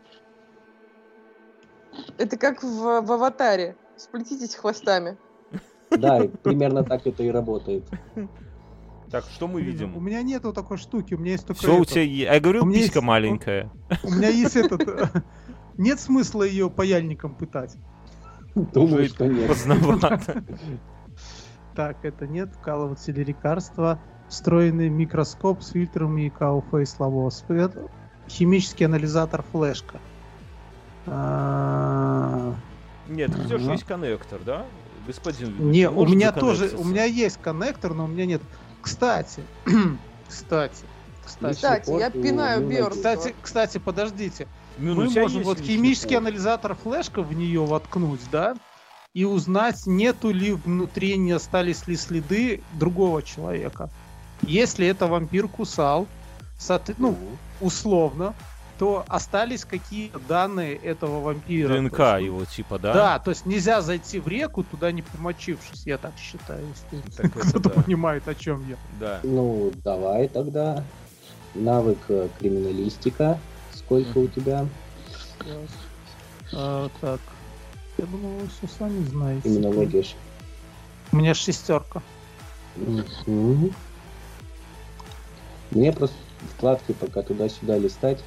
Это как в аватаре. Сплетитесь хвостами.
Да, и примерно так это и работает.
Так, что мы
У
видим?
меня нету такой штуки, у меня есть только
Все у
это.
тебя есть. Я говорю,
У меня
писька
есть-
маленькая.
У меня есть этот... Нет смысла ее паяльником пытать.
Думаю, что нет.
Поздновато.
Так, это нет. Вкалыватель лекарства. Встроенный микроскоп с фильтрами КУФ и слабого света. Химический анализатор флешка.
Нет, у тебя же
Ага.
есть коннектор, да? Господин.
Не, у
может
меня тоже,
законнектиться?
у меня есть коннектор, но у меня нет. Кстати, кстати,
Кстати, я
порт у
пинаю
Мюна
Бьорнского.
кстати, подождите.
Мюн,
Мы
у тебя
можем
есть
вот
личный
химический
порт?
анализатор флешка в нее воткнуть, да? И узнать, нету ли внутри, не остались ли следы другого человека. Если это вампир кусал, ну, условно, то остались какие-то данные этого вампира.
ДНК
То есть,
его, типа, да?
Да, то есть нельзя зайти в реку, туда не помочившись, я так считаю, если
Так это
кто-то
да.
понимает, о чем я.
Да.
Ну, давай тогда. Навык криминалистика. Сколько у тебя?
Так, я думаю, вы все сами знаете.
Криминология.
У меня 6.
Мгм. Мне просто вкладки пока туда-сюда листать.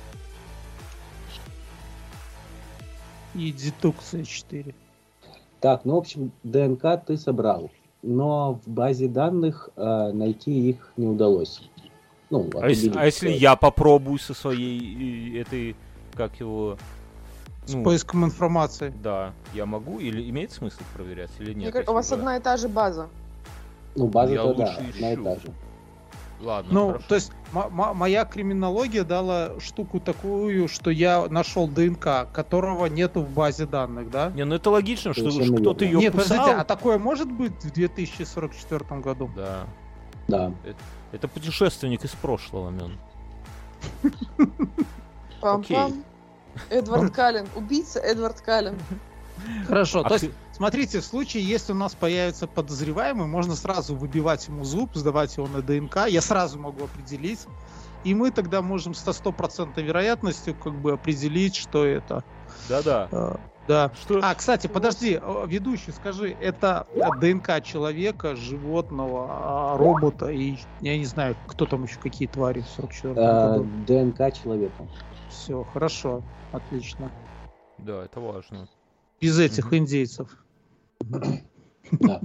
И дедукция 4.
Так, ну, в общем, ДНК ты собрал. Но в базе данных найти их не удалось. Ну,
А если я попробую со своей этой, как его...
С поиском информации.
Да, я могу? Или имеет смысл проверять, или нет?
Мне кажется, у вас
если
одна и та же база.
Ну,
Я
база-то да,
лучше
одна и
ищу.
та же.
Ладно,
Ну,
хорошо.
то есть моя криминология дала штуку такую, что я нашел ДНК, которого нету в базе данных, да?
Не, ну это логично, что
Совершенно
кто-то
верно.
ее
Нет,
кусал.
подождите, а такое может быть в 2044 году?
Да.
Да.
Это путешественник из прошлого, Мён.
Пам-пам. Эдвард Каллен. Убийца Эдвард Каллен.
Хорошо,
А
то есть, смотрите, в случае, если у нас появится подозреваемый, можно сразу выбивать ему зуб, сдавать его на ДНК, я сразу могу определить, и мы тогда можем со 100% вероятностью как бы определить, что это.
Да-да.
Да.
Что?
Кстати, подожди, ведущий, скажи, это ДНК человека, животного, робота и, я не знаю, кто там еще, какие твари в 44-м году.
ДНК человека.
Все, хорошо, отлично.
Да, это важно.
Без этих индейцев.
Да.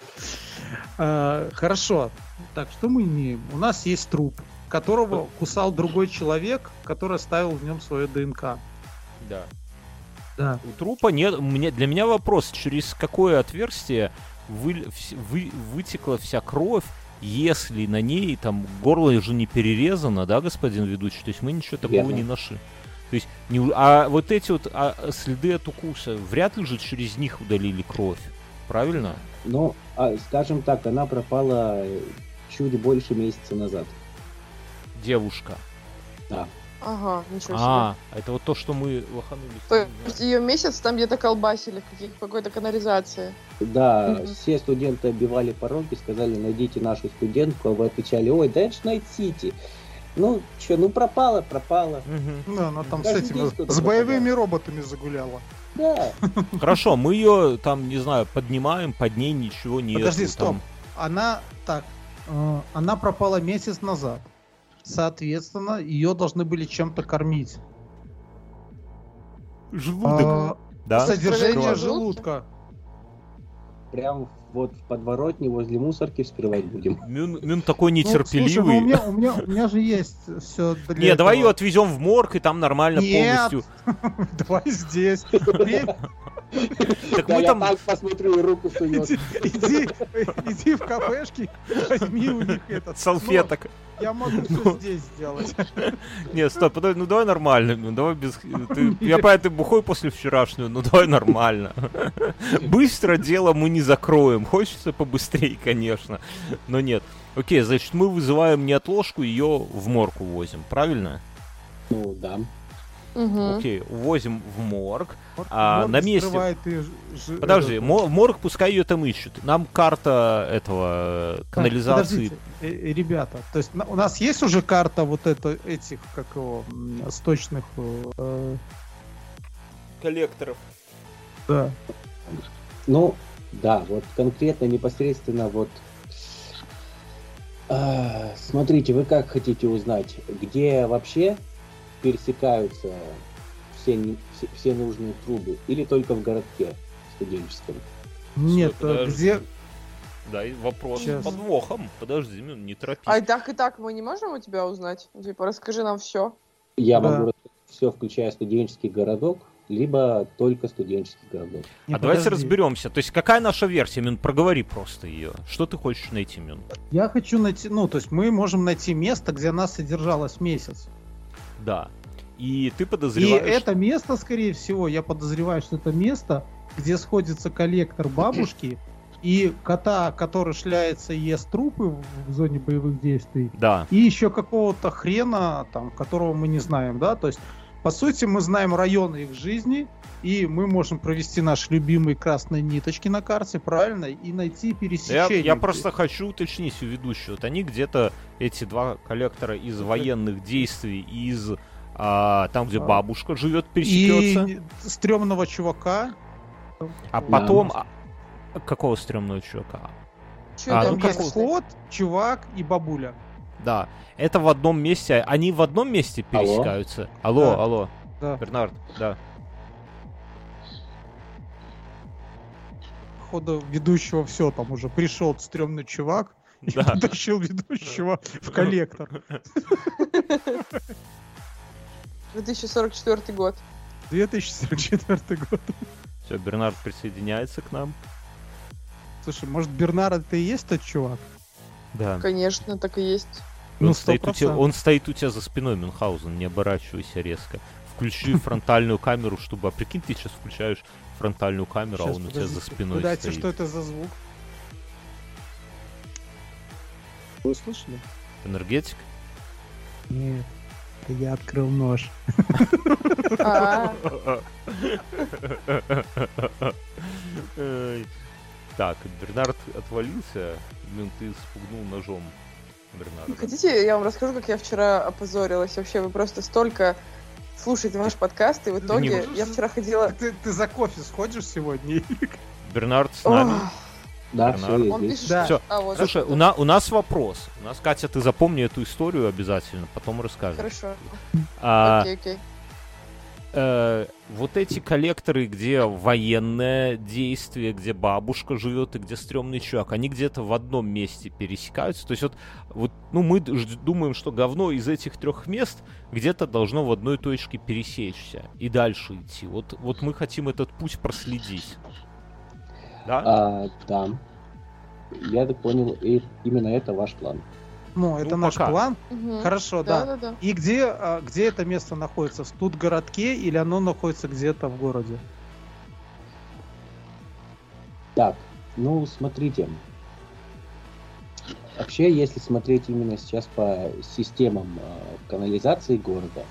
Хорошо. Так, что мы имеем? У нас есть труп, которого кусал другой человек, который оставил в нем свое ДНК.
Да.
Да.
У трупа нет... Для меня вопрос, через какое отверстие вытекла вся кровь, если на ней там горло же не перерезано, да, господин ведущий? То есть мы ничего такого
Верно.
не нашли. То есть, а вот эти вот следы от укуса, вряд ли же через них удалили кровь. Правильно?
Ну, скажем так, она пропала чуть больше месяца назад.
Девушка.
Да.
Ага, ничего себе.
Это вот то, что мы лоханулись.
То есть ее месяц там где-то колбасили в какой-то канализации.
Да,
Мгм.
все студенты оббивали пороги, сказали, найдите нашу студентку, а вы отвечали, ой, да это ж Найт-Сити. Ну, что, ну пропала.
Мгм.
Да, она там с
Каждый
этими,
день кто-то
с боевыми
пропадает.
роботами загуляла.
Да.
Хорошо, мы ее там, не знаю, поднимаем, под ней ничего нет.
Подожди, стоп. Она пропала месяц назад. Соответственно, ее должны были чем-то кормить.
Желудок. Да?
Содержание
Кровь.
желудка.
Прям вот в подворотне возле мусорки вскрывать будем.
Мюн такой
Ну,
нетерпеливый.
слушай, ну, у меня же есть все для
Не, давай ее
этого.
отвезем в морг, и там нормально
Нет.
полностью.
Давай здесь.
Так
Да,
мы
я
там...
так посмотрю, и руку сует.
Иди в кафешки, возьми у них этот
Салфеток.
Я могу все здесь сделать.
Нет, стоп, подожди, ну давай нормально. Ну давай без... Я понимаю, ты бухой после вчерашнего, ну давай нормально. Быстро дело мы не закроем. Хочется побыстрее, конечно. Но нет. Окей, значит, мы вызываем неотложку, ее в морг увозим, правильно?
Ну, да.
Мгм.
Окей, увозим в морг.
Вот
На
морг
месте...
скрывает
Подожди, морг пускай ее там ищут. Нам карта этого канализации.
Подождите, ребята, то есть у нас есть уже карта вот этих, как его, сточных,
Коллекторов.
да.
Ну, да, вот конкретно, непосредственно вот... Смотрите, вы как хотите узнать, где вообще пересекаются все нужные трубы, или только в городке студенческом?
Нет,
подожди.
где...
Да, и вопрос
Сейчас.
с подвохом. Подожди, не торопись.
А и так мы не можем у тебя узнать? Типа, расскажи нам все.
Я
Да.
могу рассказать все, включая студенческий городок, либо только студенческий городок.
Не,
А давайте
подожди.
разберемся. То есть какая наша версия, Мюн? Проговори просто ее. Что ты хочешь найти, Мюн?
Я хочу найти, ну, то есть мы можем найти место, где она содержалась месяц.
Да. И ты
И
подозреваешь...
это место, скорее всего, я подозреваю, что это место, где сходится коллектор бабушки и кота, который шляется и ест трупы в зоне боевых действий,
Да.
и еще какого-то хрена, там, которого мы не знаем, да, то есть, по сути, мы знаем районы их жизни, и мы можем провести наши любимые красные ниточки на карте, правильно, и найти пересечение.
Я просто хочу уточнить у ведущего. Вот они где-то, эти два коллектора из военных действий, из там, где бабушка живет, пересекется.
И стрёмного чувака.
А потом... какого стрёмного чувака?
Чё
А,
там
ну,
Там
как
есть
есть?
кот, чувак и бабуля.
Да. Это в одном месте. Они в одном месте пересекаются. Алло,
Да.
алло.
Да.
Бернард, да.
Походу ведущего все, там уже пришел стрёмный чувак и
Да.
потащил ведущего в коллектор.
2044 год.
2044 год.
Все, Бернард присоединяется к нам.
Слушай, может Бернард это и есть тот чувак?
Да.
Конечно, так и есть.
Ну,
Он стоит,
100%.
он стоит у тебя за спиной, Мюнхгаузен, не оборачивайся резко. Включи фронтальную камеру, чтобы... А прикинь, ты сейчас включаешь фронтальную камеру, а
Щас,
он у тебя за
подождите.
спиной
Дайте,
стоит.
что это за звук? Вы слышали?
Энергетик?
Нет. Это я открыл нож.
А,
Эй. Так, Бернард отвалился. Ты спугнул ножом Бернарда.
Хотите, я вам расскажу, как я вчера опозорилась? Вообще, вы просто столько слушаете ваш подкаст, и в итоге
можешь
я вчера ходила...
Ты за кофе сходишь сегодня?
Бернард с нами.
Ох,
Да,
Бернард.
все
он
здесь.
пишет,
Да.
Всё.
вот
Слушай,
это.
у нас вопрос. У нас, Катя, ты запомни эту историю обязательно, потом расскажешь.
Хорошо,
А,
окей.
вот эти коллекторы, где военное действие, где бабушка живет и где стрёмный чувак, они где-то в одном месте пересекаются. То есть вот ну, мы думаем, что говно из этих 3 мест где-то должно в одной точке пересечься и дальше идти. Вот мы хотим этот путь проследить. Да?
Да. Я так понял, и именно это ваш план.
Ну, это наш
пока.
план.
Мгм.
Хорошо, да.
Да.
И где это место находится? В Студгородке или оно находится где-то в городе?
Так, ну, смотрите. Вообще, если смотреть именно сейчас по системам канализации города,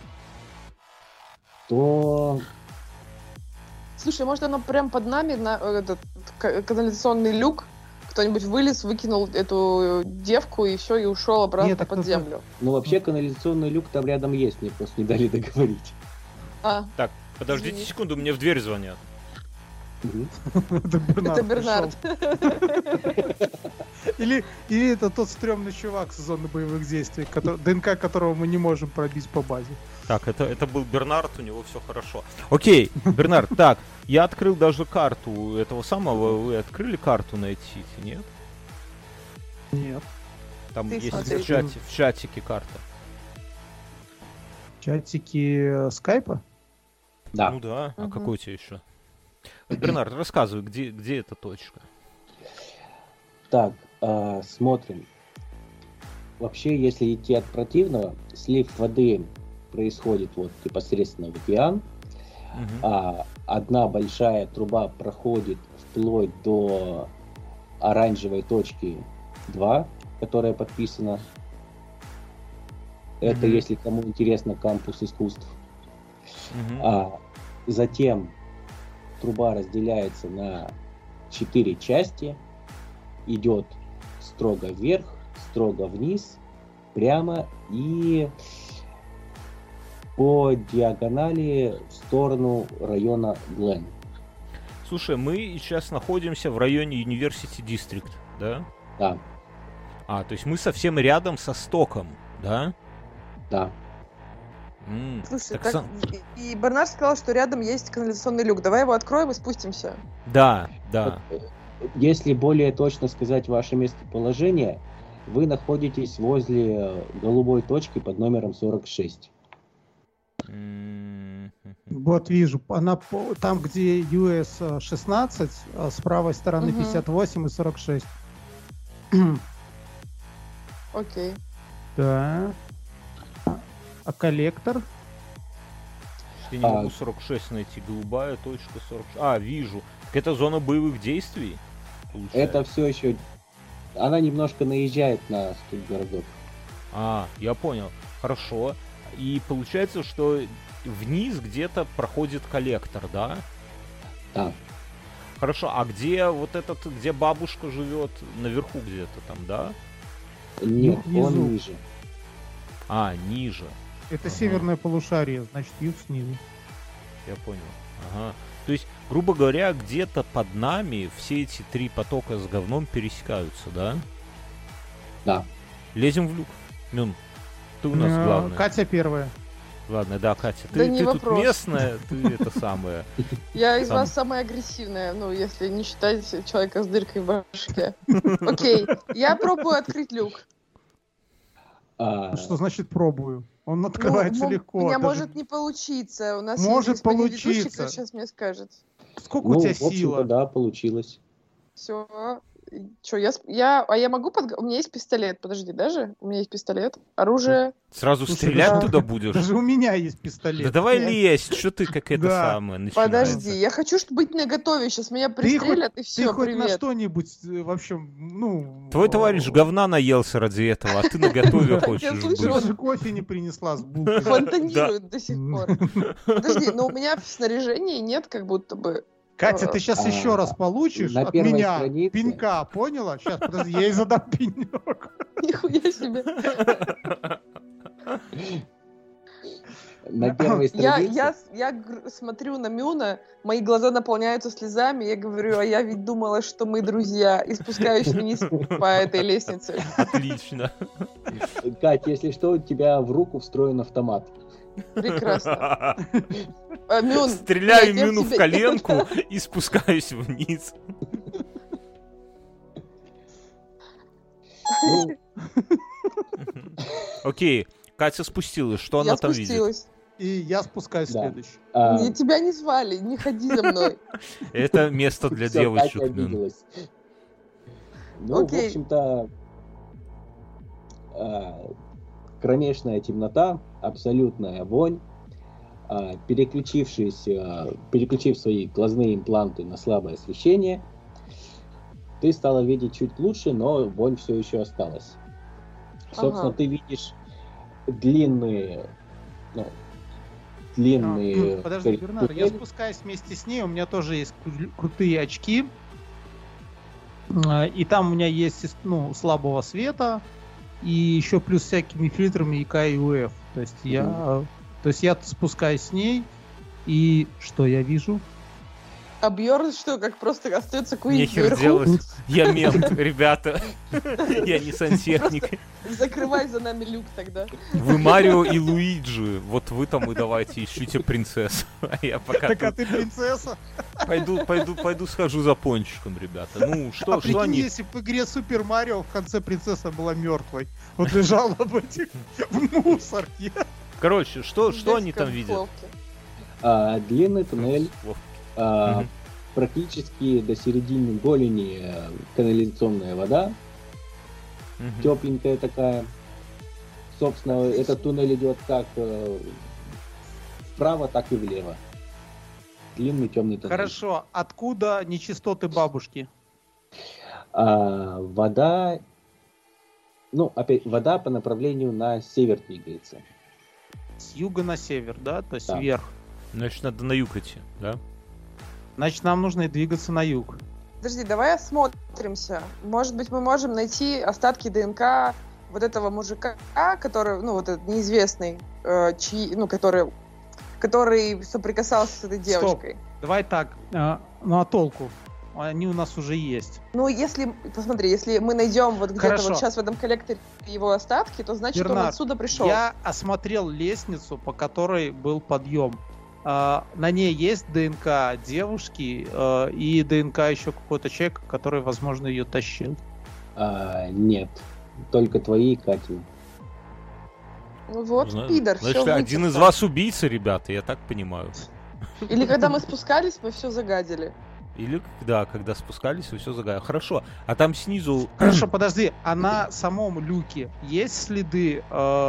то
Слушай, может оно прям под нами, на этот канализационный люк? Кто-нибудь вылез, выкинул эту девку и все, и ушел обратно
Нет, так
под
это-
землю.
ну, вообще канализационный люк там рядом есть, мне просто не дали договорить.
А,
Так, подождите
Извини.
секунду, мне в дверь звонят.
Мгм.
Это Бернард.
это Бернард.
пришел. Или это тот стрёмный чувак с зоны боевых действий, ДНК которого мы не можем пробить по базе.
Так, это был Бернард, у него все хорошо. Окей, Бернард, так, я открыл даже карту этого самого. Вы открыли карту на Этите, нет?
Нет.
Там
Ты
есть
смотри.
в чатике карта.
Чатики скайпа?
Да.
Ну да, а
Мгм.
какой у тебя еще? Бернард, рассказывай, где эта точка?
Так, смотрим. Вообще, если идти от противного, слив воды происходит вот непосредственно в океан.
Мгм.
Одна большая труба проходит вплоть до оранжевой точки 2, которая подписана. Это,
Мгм.
если кому интересно, кампус искусств.
Мгм.
Затем труба разделяется на 4 части, идет строго вверх, строго вниз, прямо и по диагонали в сторону района Глен.
Слушай, мы сейчас находимся в районе University District, да?
Да,
То есть мы совсем рядом со Стоком, да?
да.
Слушай,
Так
так, и Бернард сказал, что рядом есть канализационный люк. Давай его откроем и спустимся.
Да.
Если более точно сказать ваше местоположение, вы находитесь возле голубой точки под номером 46.
Вот вижу. Она там, где US 16, с правой стороны
Мгм.
58 и 46.
Окей.
Да. А коллектор?
Я не могу 46 найти. Голубая точка 46. Вижу. Так это зона боевых действий? Получается.
Это все еще... Она немножко наезжает на Студгородок.
Я понял. Хорошо. И получается, что вниз где-то проходит коллектор, да?
Да.
Хорошо. А где вот этот, где бабушка живет? Наверху где-то там, да?
Нет,
внизу.
он ниже.
Ниже.
Это
Ага.
северное полушарие, значит, юг снизу.
Я понял. Ага. То есть, грубо говоря, где-то под нами все эти 3 потока с говном пересекаются, да?
Да.
Лезем в люк. Мюн, ты у нас главная.
Катя первая.
Ладно, да, Катя,
Да
ты
не
тут
вопрос.
местная, ты это самое.
Я из
Там.
вас самая агрессивная, ну, если не считать человека с дыркой в башке. Окей, я пробую открыть люк.
Что значит пробую? Он открывается
Ну,
легко.
У меня
даже-
может не получиться. У нас
Может
есть господин ведущий,
получиться.
который сейчас мне скажет.
Сколько
Ну,
у тебя
в общем-то,
сила?
да, получилось.
Все, Что, я могу у меня есть пистолет, подожди, даже? У меня есть пистолет, оружие.
Сразу
Слушай,
стрелять
да.
туда будешь?
Даже у меня есть пистолет.
Да давай
Я-
лезть, что ты как это
Да.
самое начинаешь?
Подожди, я хочу быть наготове, сейчас меня пристрелят, и
Ты
все,
хоть на
привет.
что-нибудь, в общем, ну...
Твой товарищ говна наелся ради этого, а ты наготове хочешь
Я
быть.
Ты
слышу,
даже кофе не принесла с булкой.
Фонтанирует до сих пор. Подожди, но у меня в снаряжении нет как будто бы...
Катя, ты сейчас еще раз получишь
на
от
первой
меня
странице.
пинка, поняла? Сейчас, подожди, я ей задам пенек.
Нихуя себе.
На первой странице.
Я смотрю на Мюна, мои глаза наполняются слезами, я говорю, а я ведь думала, что мы друзья, и спускаюсь вниз по этой лестнице.
Отлично.
Кать, если что, у тебя в руку встроен автомат.
Прекрасно. Мюн,
Стреляю
блядь, я
Мюну в
тебя-
коленку и спускаюсь вниз.
Ну,
Окей, Катя спустилась, что
Я
она там видит?
спустилась.
И я спускаюсь
Да.
следующий.
Тебя не звали, не ходи за мной.
Это место для
всё,
девочек.
Катя
Мюн.
обиделась. Ну, в
Окей.
общем-то, кромешная темнота, абсолютная вонь. Переключив свои глазные импланты на слабое освещение, ты стала видеть чуть лучше, но вонь все еще осталась. Собственно,
Ага.
ты видишь длинные
Подожди, Бернар, я спускаюсь вместе с ней, у меня тоже есть крутые очки. И там у меня есть, ну, слабого света, и еще плюс всякими фильтрами ИК и УФ. То есть я спускаюсь с ней, и что я вижу?
А Бьорн что, как просто остается курить
Нехер
вверху?
делать. Я мент, ребята. Я не сантехник.
Закрывай за нами люк тогда.
Вы Марио и Луиджи. Вот вы там и давайте ищите принцессу. А я пока
Так, а
тут
ты принцесса?
пойду схожу за пончиком, ребята. Ну,
А
что
прикинь,
они...
если бы в игре Супер Марио в конце принцесса была мертвой. Вот лежала бы в мусорке.
Короче, что
Без
они там видят?
концовки.
длинный туннель,
Мгм.
практически до середины голени канализационная вода,
Мгм.
тепленькая такая. Собственно, этот туннель идет как вправо, так и влево. Длинный темный туннель.
Хорошо, откуда нечистоты бабушки?
Вода, опять вода по направлению на север двигается.
С юга на север, да? То есть
Да.
вверх.
Значит, надо на юг идти, да?
Значит, нам нужно двигаться на юг.
Подожди, давай осмотримся. Может быть, мы можем найти остатки ДНК вот этого мужика, который, ну, вот этот неизвестный, который соприкасался с этой девочкой.
Давай так, ну а толку? Они у нас уже есть.
Ну, посмотри, если мы найдем вот где-то
Хорошо.
вот сейчас в этом коллекторе его остатки, то значит, он
Бернард,
отсюда пришел.
Я осмотрел лестницу, по которой был подъем. На ней есть ДНК девушки и ДНК еще какого-то человека, который, возможно, ее тащил.
Нет, только твои и Катю.
Ну вот,
Знаю.
пидор,
Значит,
все
один из вас убийца, ребята, я так понимаю.
Или когда мы спускались, мы все загадили.
Или, да, когда спускались, вы все загадали. Хорошо, а там снизу...
Хорошо, подожди, а на самом люке есть следы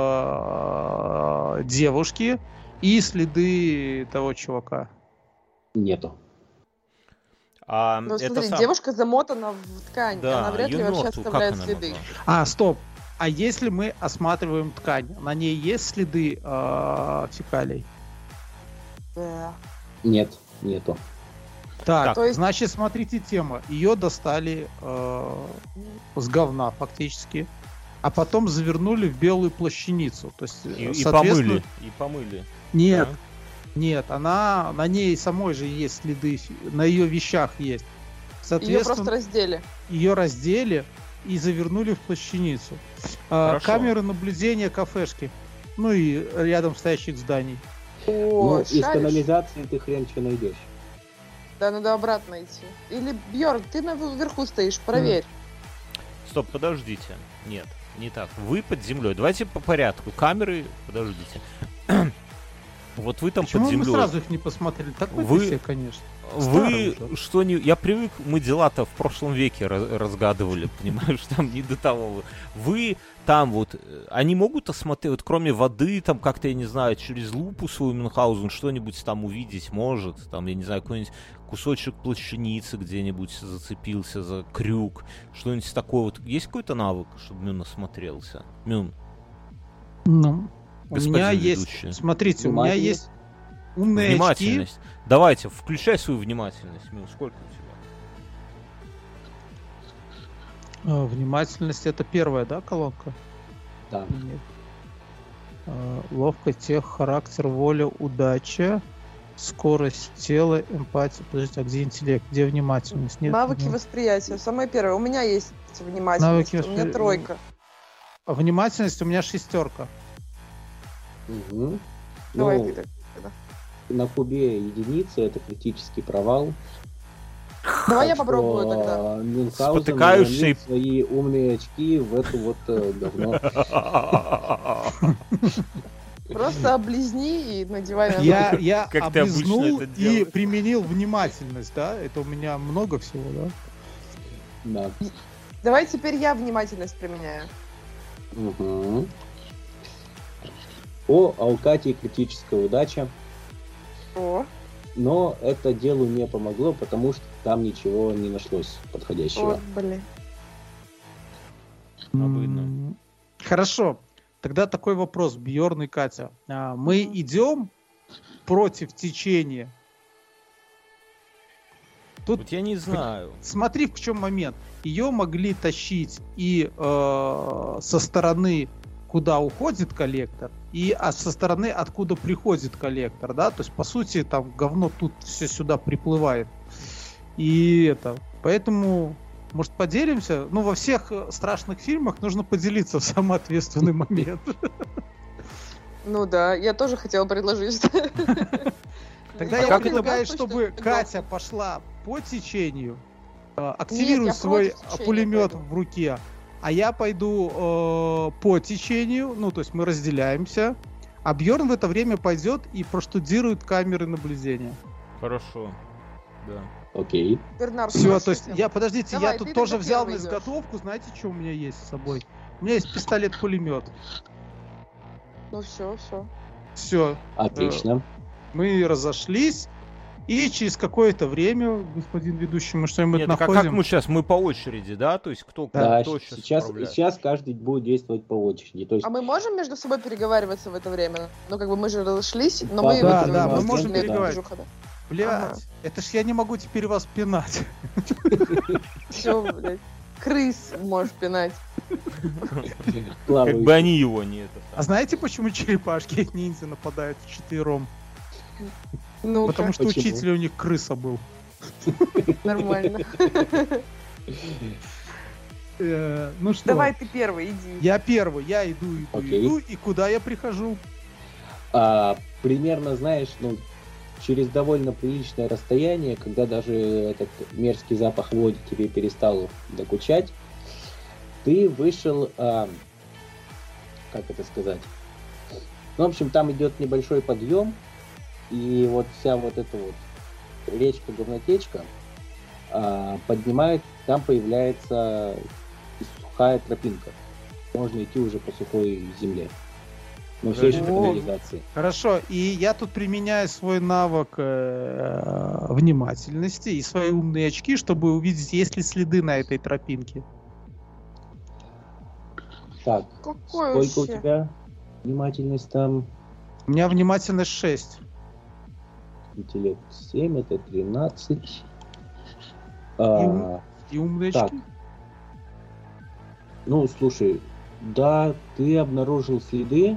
девушки и следы того чувака?
Нету.
Ну, смотри, девушка замотана в ткань,
Да,
она вряд ли
её
вообще
мёртвую, как
оставляет
она
следы.
могла?
Стоп. А если мы осматриваем ткань, на ней есть следы фекалий?
Да.
Нет, нету.
Так,
То есть-
значит, смотрите тема. Ее достали с говна фактически, а потом завернули в белую плащаницу. То есть,
И
соответственно-
помыли.
Нет,
Да?
нет, на ней самой же есть следы, на ее вещах есть.
Ее
Соответственно,
просто раздели.
ее раздели и завернули в плащаницу.
Хорошо.
Камеры наблюдения кафешки. Ну и рядом стоящих зданий.
О,
Из
шаришь?
канализации ты хрен что найдешь.
Да, надо обратно идти. Или, Бьорн, ты наверху стоишь, проверь.
Стоп, подождите. Нет, не так. Вы под землей. Давайте по порядку. Камеры, подождите. Вот вы там
Почему
под
мы
землей.
сразу их не посмотрели? Такой
Вы-
ты себе, конечно.
Вы
Старый уже.
что не... Я привык, мы дела-то в прошлом веке разгадывали, понимаешь, там не до того. Вы там вот... Они могут осмотреть, вот кроме воды, там как-то, я не знаю, через лупу свою Мюнхгаузен что-нибудь там увидеть может? Там, я не знаю, какой-нибудь кусочек плащаницы где-нибудь зацепился за крюк, что-нибудь такое. Вот есть какой-то навык, чтобы Мюн осмотрелся? Мюн,
Ну, у
господин
меня
ведущий.
есть... Смотрите, у меня
Внимательность.
есть умные очки.
Внимательность. Давайте, включай свою внимательность, Мюн. Сколько у тебя?
Внимательность — это первая, да, колонка?
Да.
Нет. Ловкость, тех, характер, воля, удача, скорость тела, эмпатия. Подождите, а где интеллект? Где внимательность? Нет,
Навыки
нет.
восприятия. Самое первое. У меня есть внимательность.
Навыки
У меня
восприятия.
3.
А внимательность у меня 6.
Мгм.
Давай
Ну,
ты так.
на кубе единицы это критический провал.
Давай я
Так
попробую
что,
тогда.
Мюнхгаузен
Спотыкаешься
уронил свои умные очки в эту вот говно.
Просто облизни и надевай на
Я
Как ты обычно
облизнул
это
и
делаешь.
применил внимательность, да? Это у меня много всего, да?
Да.
Давай теперь я внимательность применяю.
Мгм. О Алкате критическая удача,
О,
но это делу не помогло, потому что там ничего не нашлось подходящего.
вот, блин.
Обидно.
Хорошо. Тогда такой вопрос, Бьорн и Катя. Мы идем против течения. Тут
Вот я не знаю.
смотри, в чем момент. Ее могли тащить и со стороны, куда уходит коллектор, и со стороны, откуда приходит коллектор, да, то есть, по сути, там говно тут все сюда приплывает. И это, поэтому, может, поделимся? Ну, во всех страшных фильмах нужно поделиться в самый ответственный момент.
Ну да, я тоже хотела предложить.
Тогда
А
я
как это
предлагаю,
будет?
чтобы
Точно,
Катя пошла по течению, активируй
я
свой
против течения
пулемет
пойду.
в руке, а я пойду по течению, ну, то есть мы разделяемся, а Бьорн в это время пойдет и проштудирует камеры наблюдения.
Хорошо. Да.
Окей.
Бернард,
Все,
давай
то есть
с
я, подождите,
Давай,
я
ты
тут тоже
тогда
взял на
первый идёшь.
изготовку, знаете, что у меня есть с собой? У меня есть пистолет-пулемет.
Ну все.
Все,
Отлично.
мы разошлись, и через какое-то время, господин ведущий, мы что-нибудь
Нет, так а
находим.
как мы сейчас? Мы по очереди, да? То есть кто
Да,
кто сейчас
сейчас,
управляет?
сейчас каждый будет действовать по очереди. То есть
А мы можем между собой переговариваться в это время? Ну, как бы мы же разошлись, но
Да,
мы...
да,
вот,
да,
мы
вот,
можем
вот,
переговариваться.
движуха, да.
Блядь,
Ага.
это ж я не могу теперь вас пинать.
Всё, блядь. Крыс можешь пинать.
Как
плавающий.
бы они его не это.
А знаете, почему черепашки ниндзя нападают вчетвером?
Ну,
Потому что
Почему?
учитель у них крыса был.
нормально.
Ну что,
Давай ты первый, иди.
я первый, я иду,
Окей.
иду, и куда я прихожу?
Примерно, знаешь, ну, через довольно приличное расстояние, когда даже этот мерзкий запах води тебе перестал докучать, ты вышел, как это сказать? Ну, в общем, там идет небольшой подъем, и вот вся вот эта вот речка-говнотечка поднимает, там появляется сухая тропинка. Можно идти уже по сухой земле. Но все еще в
О.
канализации.
Хорошо, и я тут применяю свой навык внимательности и свои умные очки, чтобы увидеть, есть ли следы на этой тропинке.
Так,
Какой
сколько у
вообще?
тебя внимательность там?
У меня внимательность 6.
Интеллект 7, это 13.
И умные
Так.
очки.
Ну, слушай, да, ты обнаружил следы,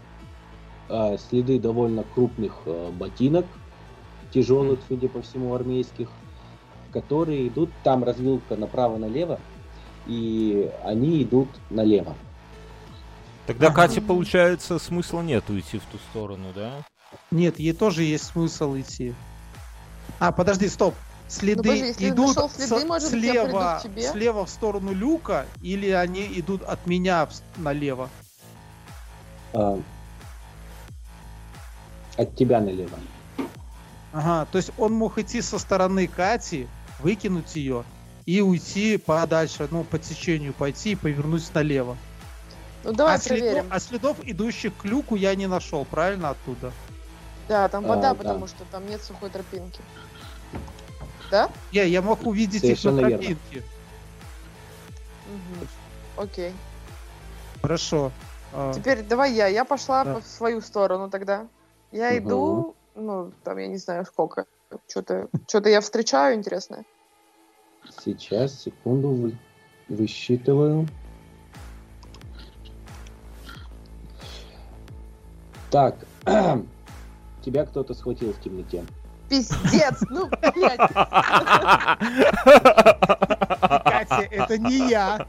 следы довольно крупных ботинок, тяжелых, судя по всему, армейских, которые идут, там развилка направо-налево, и они идут налево.
Тогда
Ага.
Кате, получается, смысла нет уйти в ту сторону, да?
Нет, ей тоже есть смысл идти. Подожди, стоп. Следы
подожди, если ты
идут
нашел следы, может быть, я приду
слева,
к тебе?
слева в сторону люка, или они идут от меня налево?
А От тебя налево.
Ага, то есть он мог идти со стороны Кати, выкинуть ее и уйти подальше, ну, по течению пойти и повернуть налево.
Ну давай проверим.
Следов, идущих к люку, я не нашел, правильно, оттуда?
Да, там вода,
да.
потому что там нет сухой тропинки. Да?
Я мог увидеть их
Совершенно
на
верно.
тропинке.
Окей.
Хорошо.
Теперь давай я пошла
Да.
в свою сторону тогда. Я
Мгм.
иду, ну, там, я не знаю сколько. Что-то я встречаю интересное.
Сейчас, секунду, высчитываю. Так, тебя кто-то схватил в темноте.
Пиздец! Ну, блядь!
Катя, это не я.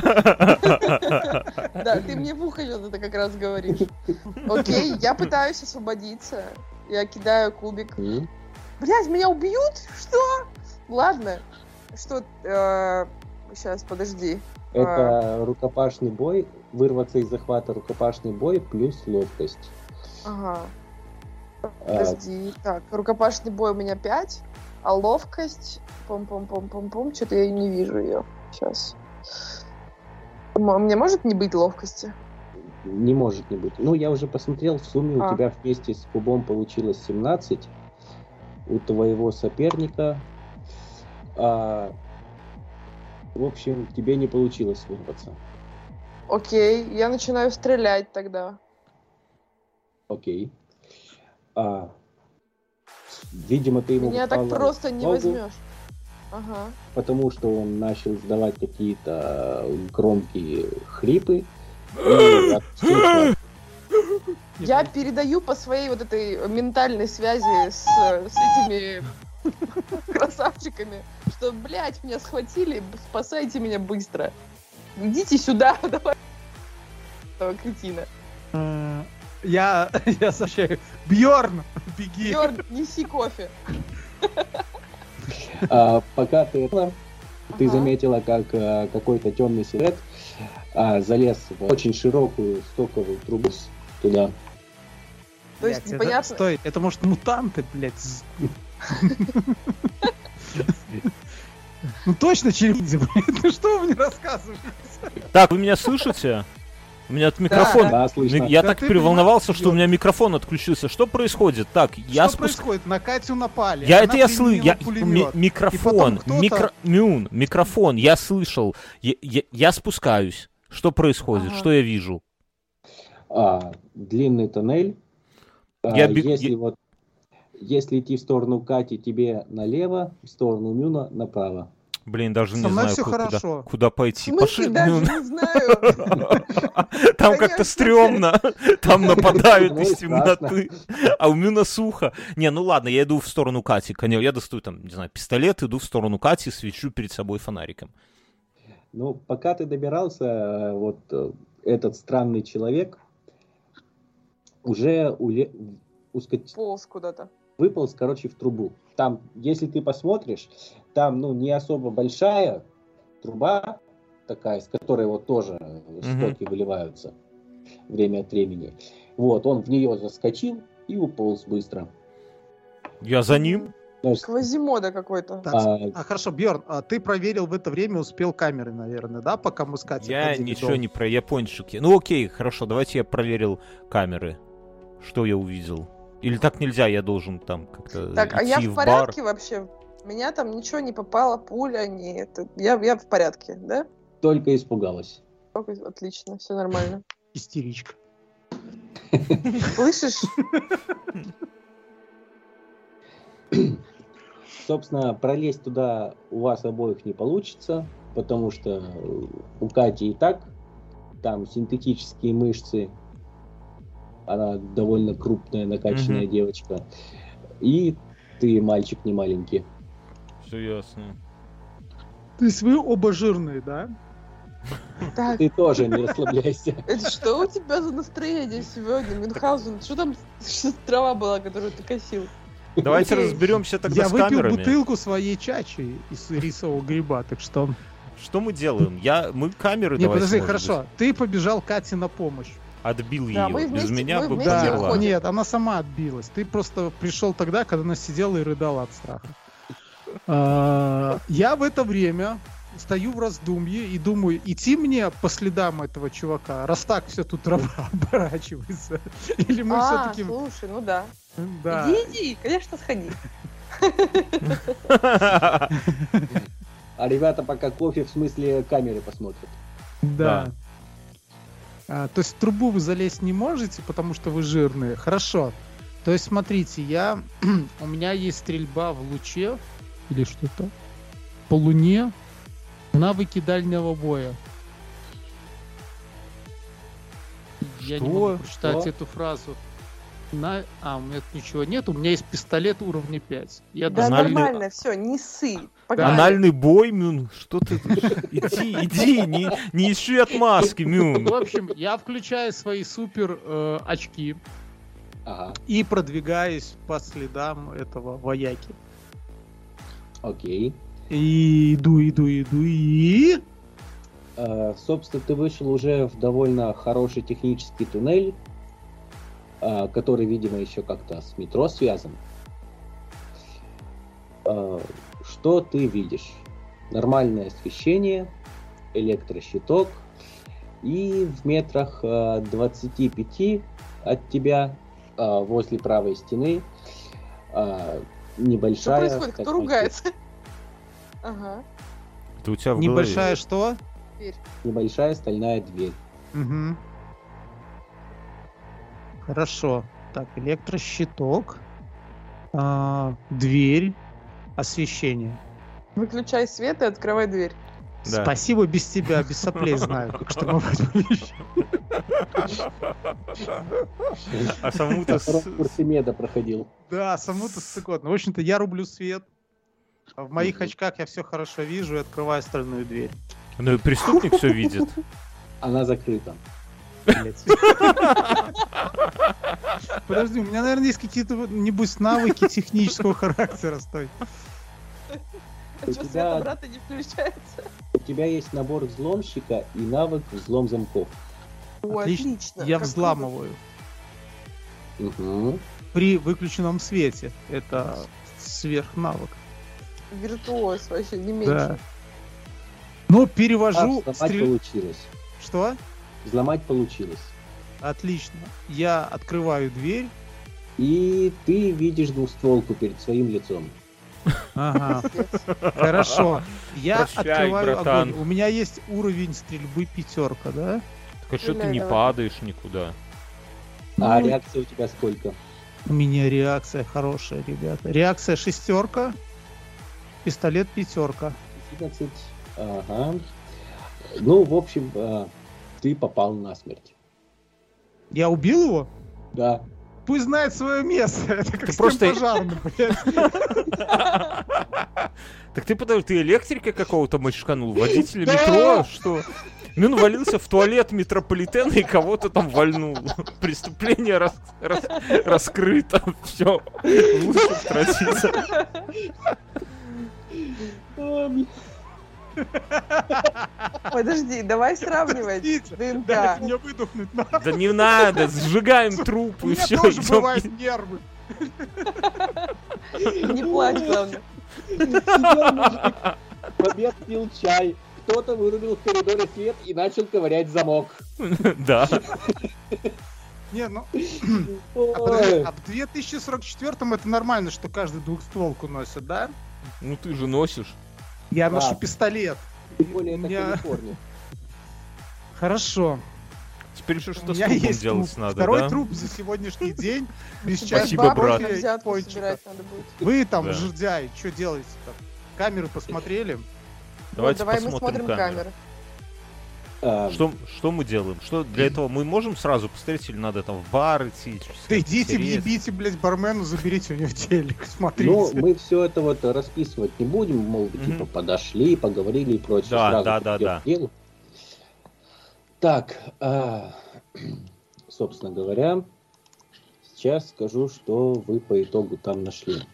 Да, ты мне в ухо это как раз говоришь. Окей, я пытаюсь освободиться. Я кидаю кубик.
М?
Блядь, меня убьют? Что? Ладно. Что? Сейчас, подожди.
Это рукопашный бой, вырваться из захвата рукопашный бой плюс ловкость.
Ага. Подожди. Так, рукопашный бой у меня 5, а ловкость... Пом-пом-пом-пом-пом. Что-то я не вижу ее. Сейчас. У меня может не быть ловкости?
Не может не быть. Ну, я уже посмотрел, в сумме у тебя вместе с кубом получилось 17. У твоего соперника... в общем, тебе не получилось вырваться.
Окей, я начинаю стрелять тогда.
Окей. Видимо, ты ему
Меня так
попала
просто
в
не
ногу,
возьмешь. Ага.
потому что он начал издавать какие-то громкие хрипы. И отпустил тебя.
Я передаю по своей вот этой ментальной связи с этими красавчиками, что, блядь, меня схватили, спасайте меня быстро. Идите сюда, давай. Этого кретина.
Я сообщаю. Бьорн, беги.
Бьорн, неси кофе.
Пока ты заметила, как какой-то темный силуэт залез в очень широкую стоковую трубу туда.
То есть,
Блядь,
непонятно...
Стой, это может мутанты, блядь. Ну точно черепахи, блядь. Ну что вы мне рассказываете?
Так, вы меня слышите? У меня микрофон...
Да, слышно.
Я
Да
так
ты
переволновался,
понимаешь,
что у меня микрофон отключился. Что происходит? Так, я
Что происходит? На Катю напали.
Я
Она
это я слышу.
применила пулемет.
Микрофон.
И потом
Микрофон. Я слышал. Я спускаюсь. Что происходит?
Ага.
Что я вижу?
Длинный тоннель. Если идти в сторону Кати, тебе налево, в сторону Мюна направо.
Блин, даже
Со
не
мной
знаю,
всё хорошо.
куда
В
пойти.
смысле, даже
Мюн.
не знаю.
Там как-то
Конечно.
стрёмно. Там нападают
Ну,
из
страшно.
темноты. А у Мюна сухо. Не, ну ладно, я иду в сторону Кати. Я достаю там, не знаю, пистолет, иду в сторону Кати, свечу перед собой фонариком.
Ну, пока ты добирался, этот странный человек уже
Полз куда-то.
выполз, короче, в трубу. Там, если ты посмотришь, там, не особо большая труба такая, из которой тоже стоки выливаются время от времени. Он в нее заскочил и уполз быстро.
Я за ним?
Квазимода какой-то.
Так, хорошо, Бьорн, а ты проверил в это время, успел камеры, наверное, да, пока мы с Катей
Я
ходили
ничего
дома?
не про япончики. Ну окей, хорошо, давайте я проверил камеры. Что я увидел? Или так нельзя, я должен там как-то
Так, а
идти
я
в
в
бар?
порядке вообще? Меня там ничего не попало, пуля, не это. Я в порядке, да?
Только испугалась.
Отлично, все нормально.
Истеричка.
Слышишь?
Собственно, пролезть туда у вас обоих не получится, потому что у Кати и так там синтетические мышцы. Она довольно крупная, накачанная девочка. И ты мальчик не маленький.
Все ясно.
То есть вы оба жирные, да?
Так,
Ты тоже не расслабляйся.
это что у тебя за настроение сегодня, Мюнхгаузен? Что там что за трава была, которую ты косил?
Давайте
Окей.
разберемся тогда
Я
с
выпил
камерами.
бутылку своей чачи из рисового гриба, так что...
Что мы делаем? Мы камеры
Не,
давайте,
подожди,
может
хорошо.
быть.
Ты побежал Кате на помощь.
отбил
Да, мы
ее. Без
вместе-
меня
мы
бы
вместе
померла.
уходим.
Нет, она сама отбилась. Ты просто пришел тогда, когда она сидела и рыдала от страха. Я в это время стою в раздумье и думаю, идти мне по следам этого чувака, раз так все тут оборачивается. Или мы все-таки...
слушай, ну да.
Да.
Иди, конечно, сходи.
А ребята пока кофе в смысле камеры посмотрят.
Да. То есть в трубу вы залезть не можете, потому что вы жирные. Хорошо. То есть смотрите, у меня есть стрельба в луче или что-то по луне, навыки дальнего боя. Я не могу прочитать
Что?
эту фразу. У меня тут ничего нет, у меня есть пистолет уровня 5. Я
Да
Анальный-
нормально, все, не ссы. Погнали.
Анальный бой, Мюн, что ты тут? Иди, не ищи отмазки,
В
Мюн.
общем, я включаю свои супер очки
Ага,
и продвигаюсь по следам этого вояки.
окей.
И иду, и...
Собственно, ты вышел уже в довольно хороший технический туннель, который, видимо, еще как-то с метро связан. Что ты видишь? Нормальное освещение, электрощиток, и в метрах 25 от тебя, возле правой стены,
Что
небольшая...
происходит? Кто ругается? Ага.
Это у тебя в
Небольшая что?
Небольшая стальная дверь.
Угу. Хорошо. Так, электрощиток, дверь, освещение.
Выключай свет и открывай дверь.
Да.
Спасибо, без тебя, без соплей знаю, как штурмовать помещение.
А саму-то...
Второй курс меда проходил.
Да, саму-то стыкотно. В общем-то, я рублю свет. А в моих
Мгм.
очках я все хорошо вижу и открываю остальную дверь.
Ну и преступник все видит.
Она закрыта.
Блядь. Подожди, у меня, наверное, есть какие-то, небось, навыки технического характера, стой.
А
У
что, свет
тебя-
обратно не включается?
У тебя есть набор взломщика и навык взлом замков.
О,
Отлично.
отлично.
Я
Как
взламываю
Угу.
при выключенном свете. Это сверхнавык.
круто. Виртуоз вообще, не меньше.
Да. Ну, перевожу...
Взломать получилось.
Что?
Взломать получилось.
Отлично. Я открываю дверь.
И ты видишь двухстволку перед своим лицом.
Ага. Хорошо. Я
Прощай,
открываю
братан.
огонь. У меня есть уровень стрельбы 5, да?
Так а что ты
Стреляй
не
давай.
падаешь никуда?
А
Ну,
реакция у тебя сколько?
У меня реакция хорошая, ребята. Реакция 6, пистолет 5.
11. Ага. Ну, в общем, ты попал на смерть.
Я убил его?
Да.
Пусть знает свое место. Это как
Ты
с
просто-
тем пожарным, блядь.
Так ты подожди, ты электрика какого-то мочканул? Водителя
Да!
метро? Что? Мюн валился в туалет метрополитена и кого-то там вальнул. Преступление раскрыто. Все. Лучше тратиться.
Подожди, давай сравнивать
Простите,
ДНК.
дайте мне выдохнуть надо.
Да не надо, сжигаем труп
У
и
меня
все.
тоже бывают нервы.
Не плачь, главное.
Сидел мужик, в обед пил чай. Кто-то вырубил в коридоре свет и начал ковырять замок.
Да.
Не, ну,
Ой.
а в 2044-м это нормально, что каждый двухстволку носит, да?
Ну ты же носишь.
Я
Да.
ношу пистолет.
Тем более это
меня-
Калифорния.
Хорошо.
Теперь еще
У
что с
меня
трупом
есть
делать
труп.
надо,
Второй
да?
труп за сегодняшний день. Без
Спасибо,
чая,
брат.
кофе и
Взятку
пончика.
собирать надо будет.
Вы там,
Да.
жердяи, что делаете там? Камеры посмотрели?
Давайте
Давай мы
посмотрим
смотрим
камеру.
камеры.
Что мы делаем? Что для этого мы можем сразу посмотреть или надо там в бар идти?
Да идите,
Интересно.
въебите, блядь, бармену, заберите у него телек, смотрите.
Ну, мы все это вот расписывать не будем, мол,
Мгм.
типа подошли, поговорили и прочее.
Да,
Сразу
да,
перейдем
да.
к делу. Так, собственно говоря, сейчас скажу, что вы по итогу там нашли.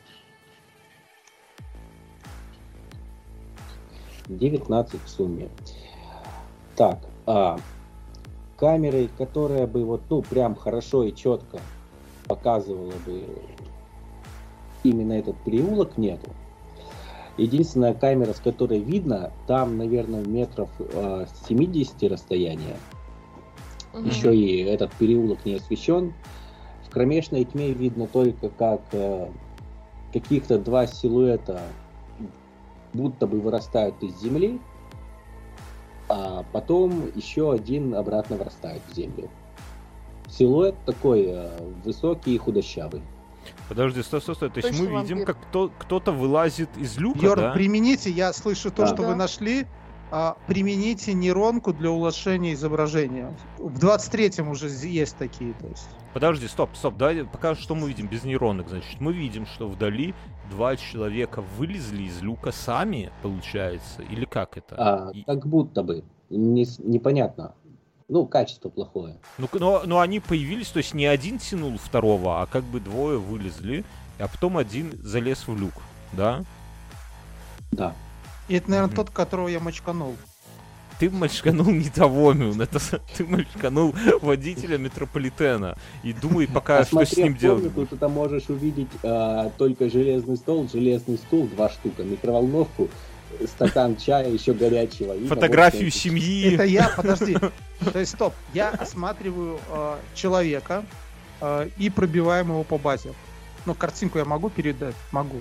19 в сумме. Так, камерой, которая бы вот, ну, прям хорошо и четко показывала бы именно этот переулок, нету. Единственная камера, с которой видно, там, наверное, метров 70 расстояния. Еще и этот переулок не освещен. В кромешной тьме видно только, как каких-то два силуэта будто бы вырастают из земли, а потом еще один обратно вырастает в землю. Силуэт такой высокий и худощавый.
Подожди, стой. То есть
Точно
мы видим,
вампир.
как кто-то вылазит из люка,
Йорк,
да?
примените, я слышу то,
Да.
что вы нашли, примените нейронку для улучшения изображения. В 23-м уже есть такие, то есть.
Подожди, стоп, давай покажем, что мы видим без нейронок. Значит, мы видим, что вдали два человека вылезли из люка сами, получается, или как это?
Как будто бы. Непонятно. Ну, качество плохое.
Но они появились, то есть не один тянул второго, а как бы двое вылезли, а потом один залез в люк, да?
Да.
И это, наверное, тот, которого я мочканул.
Ты мочканул не того, Мюн, ты мочканул водителя метрополитена. И думай пока, что с ним делать.
Тут ты можешь увидеть только железный стол, железный стул, 2 штука, микроволновку, стакан чая еще горячего. И
Фотографию семьи.
Это я, подожди. То есть, стоп, я осматриваю человека и пробиваем его по базе. Ну, картинку я могу передать? Могу.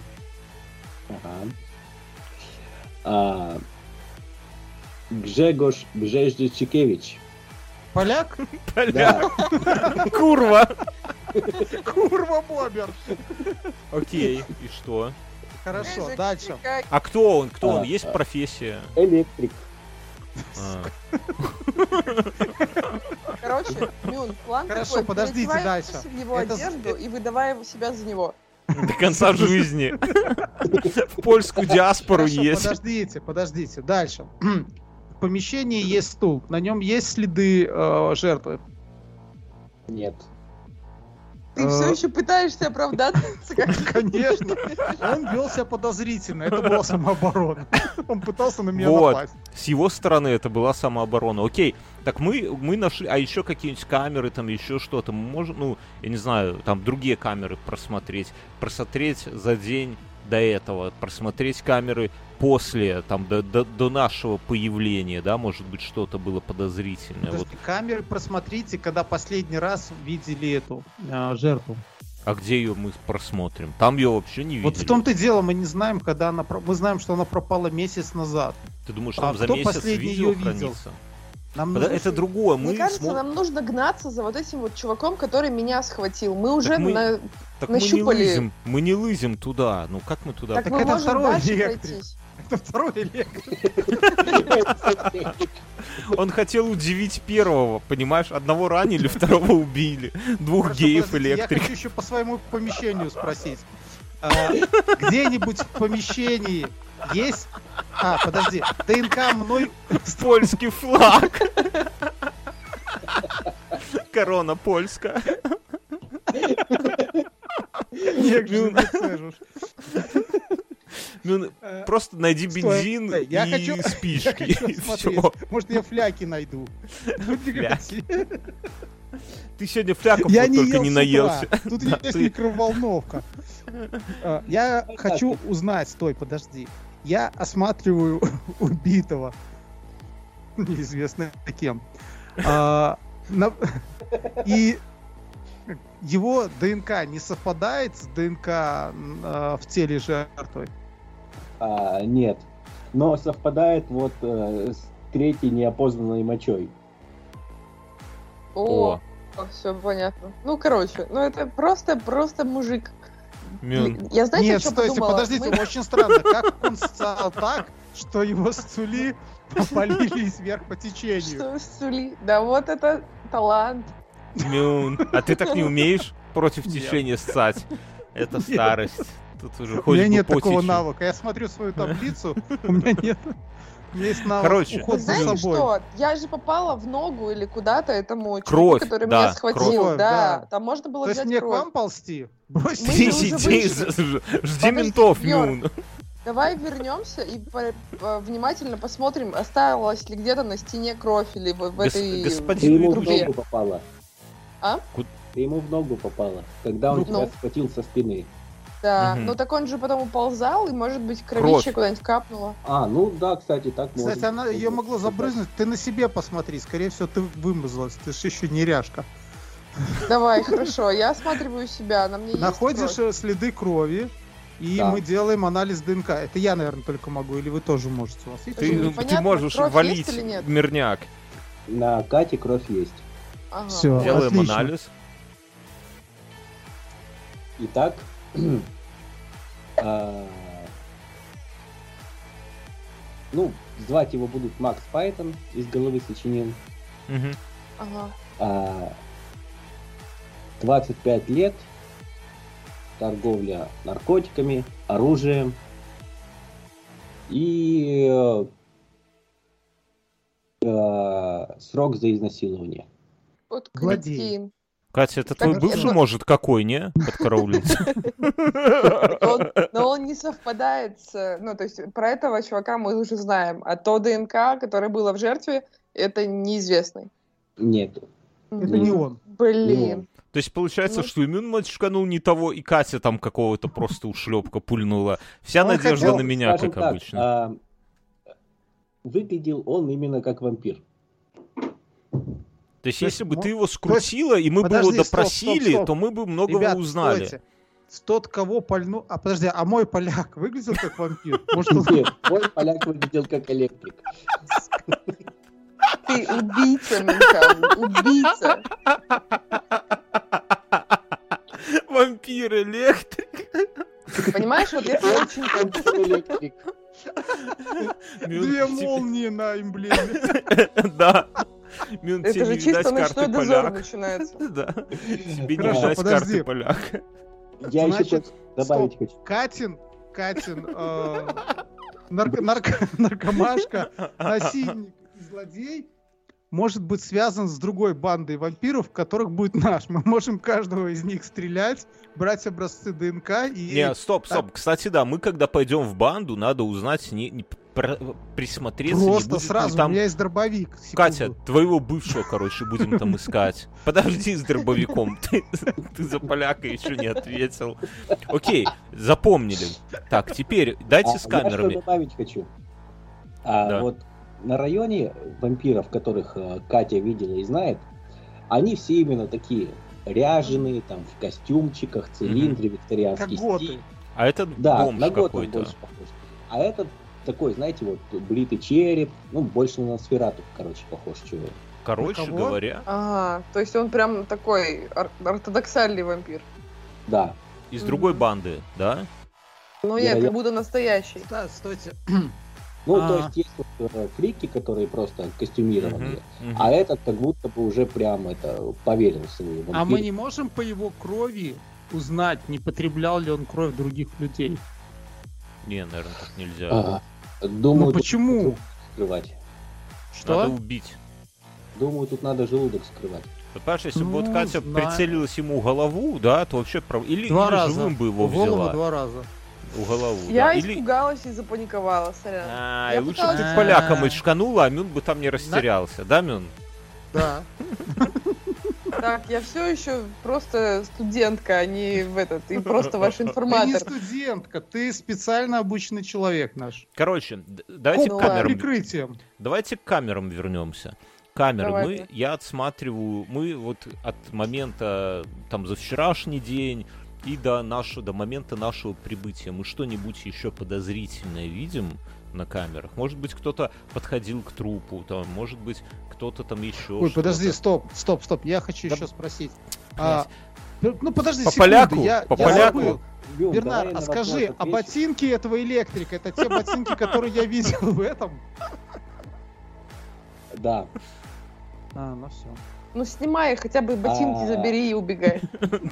Ага. Гжегош Бжежичкевич.
Поляк?
Да.
Курва.
Курва бобер.
Окей, и что?
Хорошо, дальше.
А кто он? Кто он? Есть профессия?
Электрик.
Короче, Мюн, план
Хорошо,
такой.
подождите,
переодеваешься
дальше.
в его
Это
одежду и выдавая себя за него.
До конца жизни. В польскую диаспору
Хорошо,
есть.
подождите. Дальше. В помещении есть стул. На нем есть следы жертвы.
Нет.
Ты все еще пытаешься оправдаться?
Конечно. Он вел себя подозрительно. Это была самооборона. Он пытался на меня
Вот.
напасть.
С его стороны это была самооборона. Окей, так мы нашли, а еще какие-нибудь камеры, там еще что-то. Мы можем, ну, я не знаю, там другие камеры просмотреть за день до этого, просмотреть камеры после, там, до нашего появления, да, может быть, что-то было подозрительное. Вот.
Камеры просмотрите, когда последний раз видели эту жертву.
А где ее мы просмотрим? Там ее вообще не видели.
Вот в том-то и дело, мы не знаем, когда она... Мы знаем, что она пропала месяц назад.
Ты думаешь, там за
кто
месяц
последний
видео
её видел?
хранится?
Нам
Это
нужно...
другое.
Мне кажется, нам нужно гнаться за вот этим вот чуваком, который меня схватил. Мы уже
Так
нащупали...
мы не лызим туда. Ну как мы туда?
Так
Так
мы
это
можем
второй
дальше
электрик.
пройтись.
Это второй электрик.
Он хотел удивить первого, понимаешь? Одного ранили, второго убили. Двух
Хорошо,
геев
подождите, Я
электрик.
хочу еще по своему помещению спросить. Где-нибудь в помещении есть... подожди. ДНК мной...
Польский флаг. Корона польская. Ну, просто найди бензин
Стой, я
и
хочу-
спички.
Я хочу
и
посмотреть.
всё.
Может, я фляки найду.
Ты сегодня фляков
Я
вот
не
только
ел
не
с
наелся.
утра. Тут
Да,
есть
ты-
микроволновка. Я хочу узнать, стой, подожди. Я осматриваю убитого. Неизвестно кем. И его ДНК не совпадает с ДНК в теле жертвы.
Нет. Но совпадает вот с третьей неопознанной мочой.
О, все понятно. Ну, короче, это просто мужик.
Мюн.
Я знаете,
Нет,
что
стойте,
подумала?
подождите,
Мы-
очень странно. Как он стал так, что его стули полились вверх по течению?
Что сули? Да вот это талант.
Мюн. А ты так не умеешь против
Нет.
течения ссать? Это старость. Тут уже
У меня
ходит
нет
по
такого
течению.
навыка. Я смотрю свою таблицу, у меня нет. У меня есть навык
Короче.
уход
Вы
за
знаете
собой.
что? Я же попала в ногу или куда-то этому
Кровь,
чуваку, который
да,
меня схватил.
кровь,
да.
да.
Там можно было
То есть
взять
мне к
кровь.
вам ползти? Бросьте.
Мы
Иди,
же уже
сиди,
вышли.
жди
Подожди,
ментов,
Бьёрн.
Мюн.
Давай вернемся и внимательно посмотрим, осталась ли где-то на стене кровь или в этой
Ты
господин
ему в
трубе.
ногу попала.
А?
Ты ему в ногу попала, когда он тебя схватил со спины.
Да,
Мгм.
но так он же потом уползал, и, может быть, кровища
Кровь.
куда-нибудь капнула.
Ну да, кстати, так можно.
Кстати, она ее могло забрызнуть. Ты на себе посмотри. Скорее всего, ты вымазалась. Ты же еще неряшка.
Давай, хорошо, я осматриваю себя, на мне есть
Находишь
кровь.
следы крови, и
Да.
мы делаем анализ ДНК. Это я, наверное, только могу, или вы тоже можете? У вас есть?
Ты,
Ну,
ты
понятно,
можешь
кровь
валить
есть или нет?
мирняк.
На Кате кровь есть.
Ага.
Всё.
Делаем
Отлично.
анализ.
Итак, звать его будут Макс Пайтон, из головы сочинил.
Мгм.
Ага.
25 лет, торговля наркотиками, оружием и срок за изнасилование.
Вот
Владей.
кретин.
Катя, это
Так,
твой бывший,
это-
может, какой, не? Подкараулить.
Но он не совпадает с... Ну, то есть про этого чувака мы уже знаем. А то ДНК, которое было в жертве, это неизвестный.
Нет.
Это не он.
Блин.
То есть получается,
Ну.
что Иммун мочканул не того, и Катя там какого-то просто ушлепка пульнула. Вся
Он
надежда
хотел,
на меня,
Скажем
как
так,
обычно.
выглядел он именно как вампир.
То есть,
то
если
есть,
бы ты его
то
скрутила, и мы бы его
подожди, стоп,
допросили,
стоп.
то мы бы многого
Ребят,
узнали.
стойте. Тот, кого пальнул... А, подожди, а мой поляк выглядел как вампир? Может, он...
Нет, мой поляк выглядел как электрик.
Ты убийца, Мюнхгаузен, убийца.
Вампир, электрик.
Понимаешь, вот если очень...
Электрик.
Две молнии на эмблеме.
Да. Мюн,
Это
тебе
же
не
чисто
видать
ночной
карты
дозор
поляк.
начинается.
Да. Тебе не
Хорошо,
видать
подожди.
карты поляк.
Я еще
Значит,
кое-что добавить хочу.
Катин, наркомашка, насильник и злодей может быть связан с другой бандой вампиров, в которых будет наш. Мы можем каждого из них стрелять, брать образцы ДНК и...
Не, стоп. Кстати, да, мы когда пойдем в банду, надо узнать, присмотреться, не
Просто
будет ли
сразу, у
там...
меня есть дробовик. Секунду.
Катя, твоего бывшего, короче, будем там искать. Подожди с дробовиком. Ты за поляка еще не ответил. Окей, запомнили. Так, теперь дайте с
Я что
камерами.
добавить хочу.
Да.
Вот на районе вампиров, которых Катя видела и знает, они все именно такие ряженые, там, в костюмчиках, цилиндре,
Как
викторианский
готы.
стиль.
А это
Да,
бомж
на готов
какой-то.
больше похож. А этот такой, знаете, вот бритый череп, больше на Носферату, короче, похож чего.
Короче
На кого?
говоря,
Ага, то есть он прям такой ортодоксальный вампир.
Да.
из другой банды, да?
Ну нет,
Я-
как будто настоящий.
Да, стойте.
То есть есть вот, фрики, которые просто костюмированные,
Мгм,
а
мгм.
этот как будто бы уже прям поверил в свою
А мы не можем по его крови узнать, не потреблял ли он кровь других людей?
Не, наверное, так нельзя.
Ага. Думаю,
Ну
тут
почему?
желудок скрывать.
Что?
Надо убить.
Думаю, тут надо желудок скрывать.
Вот, понимаешь, если бы вот
Ну,
Катя
знаю.
прицелилась ему в голову, да, то вообще... Или
Два раза.
живым бы его
В голову
взяла.
2 раза.
В голову,
Я
да. Или...
испугалась и запаниковала, сорян.
А,
Я
и лучше бы
пыталась-
ты полякам очканула, а Мюн бы там не растерялся, да, Мюн?
Да.
Так, я все еще просто студентка, а не и просто ваш
Ты не
информатор.
студентка, ты специально обученный человек наш.
Короче, давайте
Ну
к
Под
камерам.
прикрытием.
Давайте к камерам вернемся. Камеры.
Давайте.
Я отсматриваю, мы вот от момента там за вчерашний день и до момента нашего прибытия мы что-нибудь еще подозрительное видим на камерах? Может быть, кто-то подходил к трупу, там, может быть, кто-то там еще.
Ой, подожди,
что-то.
стоп. Я хочу
Да,
еще спросить.
блядь.
Ну подожди,
По
секунду,
поляку?
я
По
забыл.
поляку?
Бюм,
Бернар,
давай
а
на
скажи,
вопрос
а
отвечу.
ботинки этого электрика, это те ботинки, которые я видел в этом?
Да.
Ну все.
Ну снимай хотя бы ботинки, забери и убегай.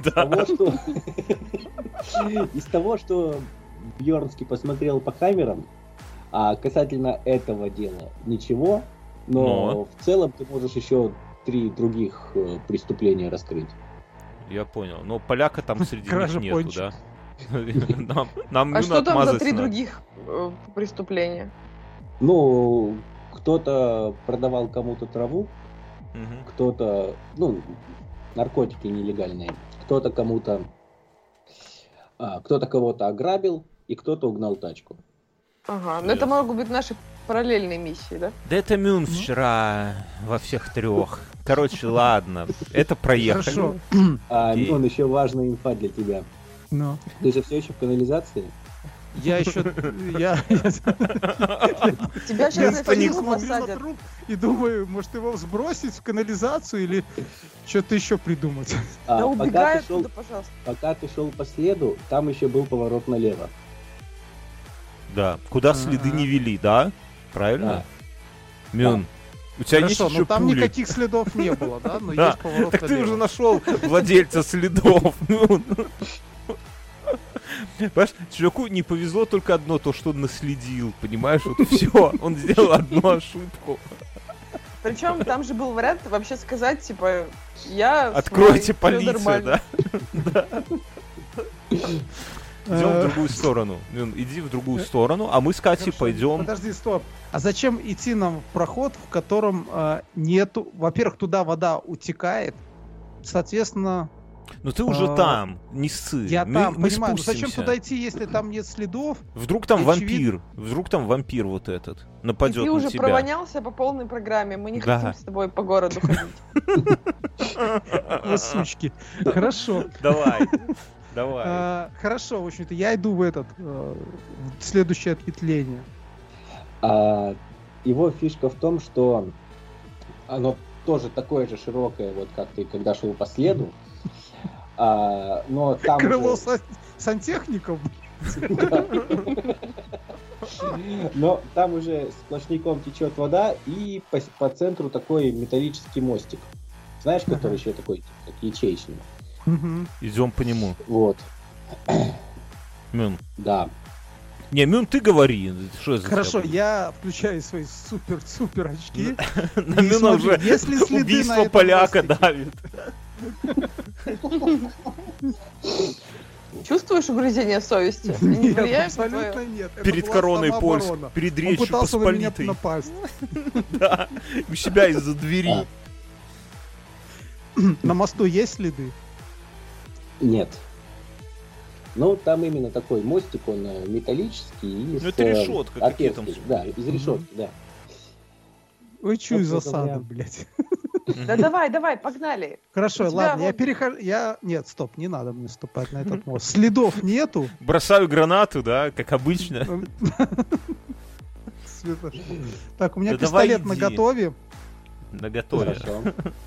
Из того, что Бьернский посмотрел по камерам, а касательно этого дела ничего, но в целом ты можешь еще 3 других преступления раскрыть.
Я понял. Но поляка там среди них
Кража
нету,
пончиков.
да? Нам
А
Мюн
что там за
отмазать
3
надо.
других преступления?
Ну, кто-то продавал кому-то траву,
Мгм.
кто-то, ну, наркотики нелегальные, кто-то кому-то, кто-то кого-то ограбил, и кто-то угнал тачку.
Ага, ну это могут быть наши параллельные миссии, да?
Да это Мюн вчера во всех 3. Короче, ладно. Это проехали.
Хорошо.
Окей.
Он еще важная инфа для тебя.
Ну,
Ты же все еще в канализации?
я еще... Я
Тебя сейчас за это
стоит,
дело
смотрю на
посадят.
труп и думаю, может его сбросить в канализацию или что-то еще придумать.
Да убегай
Пока
оттуда, пожалуйста.
ты шел по следу, там еще был поворот налево.
Да. Куда следы не вели, да? Правильно?
Да.
Мюн. У тебя
Хорошо,
есть еще
но там
пули.
никаких следов не было, да? Но
Да.
есть поворот
Так ты
налево.
уже нашел владельца следов. Мюн. Понимаешь, чуваку не повезло только одно, то, что он наследил, понимаешь? Вот все, он сделал одну ошибку.
Причем там же был вариант вообще сказать, типа, я...
Откройте
свой, всё
полицию,
нормально.
да? Идем в другую сторону. Мюн, иди в другую сторону, а мы с Катей
Хорошо,
пойдем.
Подожди, стоп. А зачем идти нам в проход, в котором нету... Во-первых, туда вода утекает, соответственно,
Ну ты уже там, не ссы.
я там,
мы
понимаю. Но зачем
спустимся.
туда идти, если там нет следов?
Вдруг там
Очевидно.
вампир. Вдруг там вампир вот этот
И
нападет
ты
на
уже
тебя.
провонялся по полной программе. Мы не
Да.
хотим с тобой по городу ходить.
Вы сучки. Хорошо.
Давай. Давай.
Хорошо, в общем-то, я иду в в следующее ответвление.
Его фишка в том, что оно тоже такое же широкое, вот как ты когда шел по следу. Но там
Крыло
уже-
сантехников.
Но там уже сплошняком течет вода, и по центру такой металлический мостик. Знаешь, который еще такой, как ячеечный.
Мгм.
Идем по нему.
Вот,
Мюн.
да.
Не, Мюн, ты говори. Что я за
Хорошо,
тебя
я включаю свои супер очки.
буду? На
и
Мюна
смотрю,
уже
есть ли следы на
убийство
этом
поляка
мостике?
давит.
Чувствуешь угрызение совести? Они не
Нет,
влияют на
абсолютно
твое?
нет. Это
Перед
была
короной
самооборона.
Польской, перед
Он
Речью
пытался на меня
Посполитой.
напасть.
Да, у себя из-за двери.
На мосту есть следы?
Нет. Ну, там именно такой мостик, он металлический. И
Ну, это решетка, какие там
отверстия. Да, из решетки, да.
Ой, чую
Вот это
засаду,
прям.
блядь.
Да давай, погнали.
Хорошо,
У тебя
ладно, я
вон-
перехожу. Нет, стоп, не надо мне ступать на этот мост. Следов нету.
Бросаю гранату, да, как обычно.
Света. Так, у меня
Да давай
пистолет
иди.
наготове.
Наготове.
Хорошо.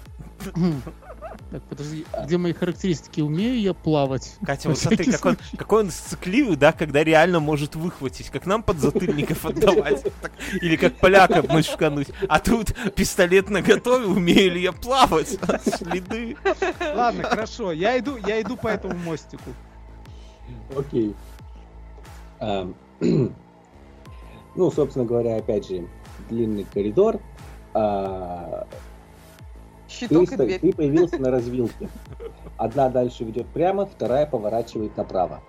Так, подожди, где мои характеристики? Умею я плавать?
Катя,
На
вот смотри,
всякий
какой он сцикливый, да, когда реально может выхватить, как нам подзатыльников отдавать, так, или как полякам мышкануть. А тут пистолет наготове, умею ли я плавать? Следы.
Ладно, хорошо, я иду по этому мостику.
Окей. Ну, собственно говоря, опять же, длинный коридор.
Щиток и дверь.
Ты появился на развилке. Одна дальше ведет прямо, вторая поворачивает направо.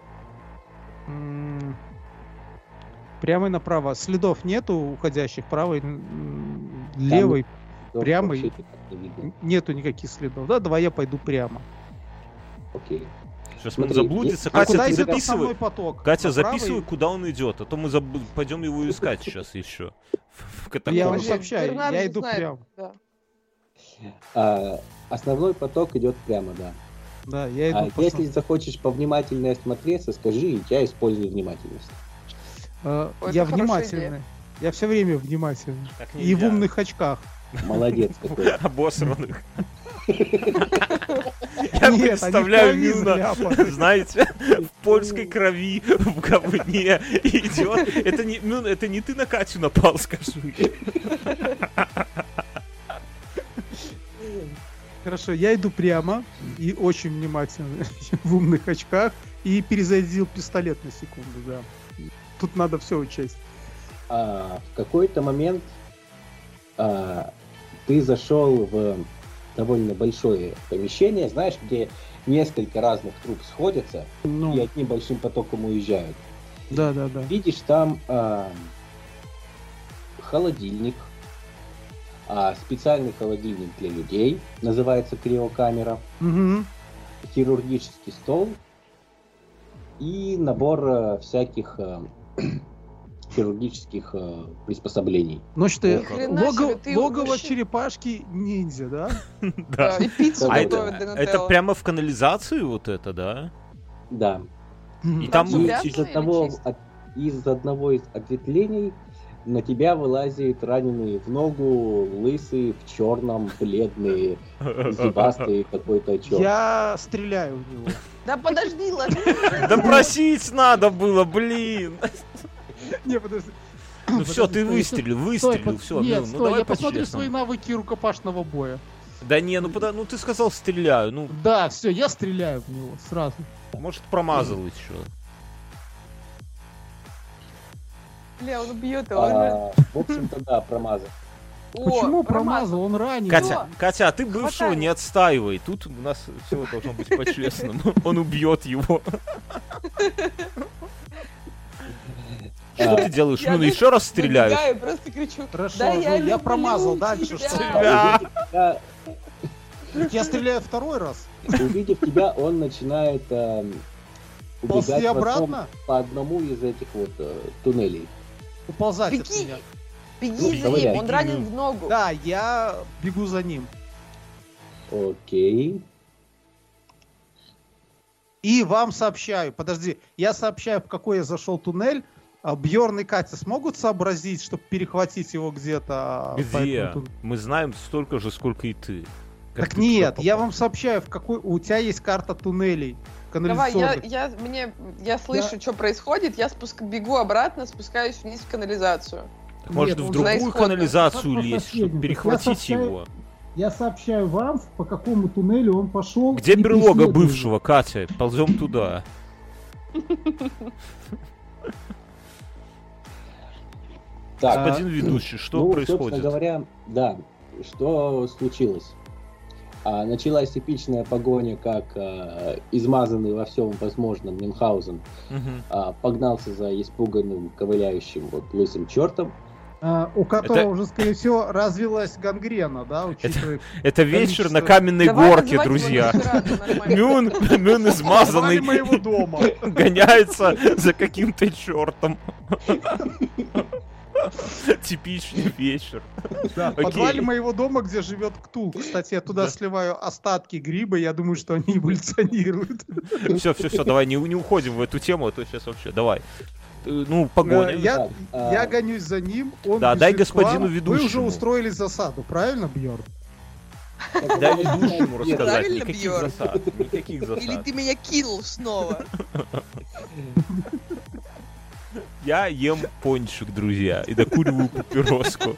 Прямо и направо. Следов нету уходящих, правой, левой.
Дом
Прямый.
вообще никак не видно.
Нету никаких следов. Да, давай я пойду прямо.
Окей.
Сейчас он
Смотри,
заблудится.
А
Катя,
куда
ты
идет основной
записывай.
поток?
Катя,
Направо
записывай,
и-
куда он идет, а то мы пойдем его искать сейчас еще. В
Я
катакомбах.
вам
Вообще,
сообщаю,
Бернард
я
не
иду
знает.
прямо.
Да.
Основной поток идет прямо, да.
Да, я иду по
Если захочешь повнимательнее осмотреться, скажи, и я использую внимательность.
Ой,
Я
это хорошая
внимательный. Я все время внимательный.
Так
И в
нельзя.
умных очках.
Молодец какой.
Обосранных. Я
Нет,
представляю
они в крови
Мюна,
заляпаны.
знаете, в польской крови, в говне идет. Это не, Мюн, это не ты на Катю напал, скажи.
Хорошо, я иду прямо и очень внимательно в умных очках и перезарядил пистолет на секунду, да. Тут надо все учесть.
В какой-то момент ты зашел в довольно большое помещение, знаешь, где несколько разных труб сходятся и
Ну,
одним большим потоком уезжают.
да.
Видишь там холодильник, специальный холодильник для людей, называется криокамера,
Мгм.
хирургический стол и набор всяких хирургических приспособлений.
Ну что,
Ни хрена себе, ты
логово
вообще-
черепашки ниндзя, да?
Да.
И пиццу
А
готовят до
Это
Нутелла.
прямо в канализации вот это, да?
Да.
И
Там
там
же
И
грязно
из
или
одного,
чисто?
из одного из ответвлений на тебя вылазит раненый в ногу, лысый, в черном, бледный, зубастый какой-то черт.
Я стреляю в него.
Да подожди, ложись.
Допросить надо было, блин.
Не, подожди.
Ну все, ты
Подожди,
выстрелил, все.
Нет,
Ну
стой,
давай
я посмотрю свои
по-честному.
навыки рукопашного боя.
Да не, ну ты сказал стреляю, ну
Да, все, я стреляю в него сразу.
может промазал еще.
Бля, он убьет его.
В общем-то, да, промазал.
Почему промазал? Он ранен.
Катя, а ты бывшего
Хватай.
не отстаивай. Тут у нас все должно быть по-честному. Он убьет его. Что ты делаешь? Ну, еще раз стреляешь.
Я просто кричу.
Хорошо,
Да
ну,
я
я промазал.
люблю
Дальше
тебя.
что?
Да.
Я стреляю второй раз.
Увидев тебя, он начинает
Ползти
убегать
обратно?
по одному из этих вот туннелей.
Уползать от
Беги.
меня.
Беги за
давай,
ним, он
беги,
ранен
ну.
в ногу.
Да, я бегу за ним.
Окей.
И вам сообщаю, подожди, я сообщаю, в какой я зашел туннель. Бьорн и Катя смогут сообразить, чтобы перехватить его где-то? по
Где?
этому туннелю?
Мы знаем столько же, сколько и ты. Как
Так
ты
нет,
туда
я
попал?
вам сообщаю, в какой у тебя есть карта туннелей
Давай,
канализационных.
я слышу, что происходит, я бегу обратно, спускаюсь вниз в канализацию.
Так может
Нет,
в
он
другую
за исходную.
канализацию
Вопрос
лезть,
последний.
чтобы перехватить
Я сообщаю-
его.
Я сообщаю вам, по какому туннелю он пошел.
Где берлога бывшего, Катя? Ползем туда.
Так,
Господин ведущий, что
ну,
происходит?
собственно говоря, да, что случилось? Началась эпичная погоня, как измазанный во всем возможном Мюнхгаузен
Мгм.
погнался за испуганным, ковыляющим вот лысым чертом.
У которого
Это-
уже, скорее всего, развилась гангрена, да, учитывая...
Это вечер на
Количество-
каменной
Давай
горке,
называть его
друзья.
Носферату, нормально.
Мюн измазанный
Подвале моего дома.
гоняется за каким-то чертом. Типичный вечер.
Да, в
Окей.
подвале моего дома, где живет Ктул. Кстати, я туда
Да.
сливаю остатки гриба, я думаю, что они эволюционируют.
Все, давай, не уходим в эту тему, а то сейчас вообще, давай. Ну, погоня.
Я
Так,
я гонюсь за ним, он
Да, дай
бежит к вам.
господину
Вы уже
ведущему.
устроили засаду, правильно, Бьорн?
Дай ведущему
Нет,
рассказать.
правильно,
Никаких
Бьорн?
засад. Никаких
Или
засад.
ты меня кинул снова?
Я ем пончик, друзья, и докуриваю папироску.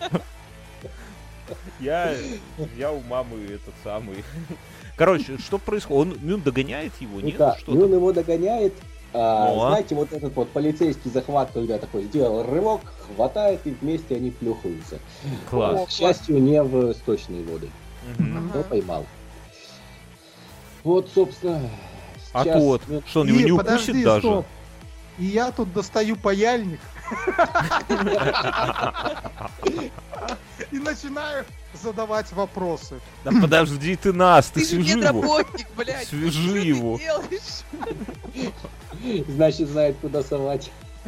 Я у мамы этот самый. Короче, что происходит? Мюн догоняет его, нет?
Да,
Что
Мюн
там?
его догоняет.
Ну, а?
Знаете, вот этот вот полицейский захват, когда такой сделал рывок, хватает, и вместе они плюхаются.
Класс.
К счастью, не в сточные воды,
Мгм.
но поймал. Вот, собственно,
А
сейчас
кот,
Мюн-
что он его не укусит даже?
стоп. И я тут достаю паяльник. И начинаю задавать вопросы.
Да подожди ты нас, ты
Ты же
свяжи его.
медработник, блядь.
Свяжи
Что ты
его.
делаешь?
Значит, знает, куда совать.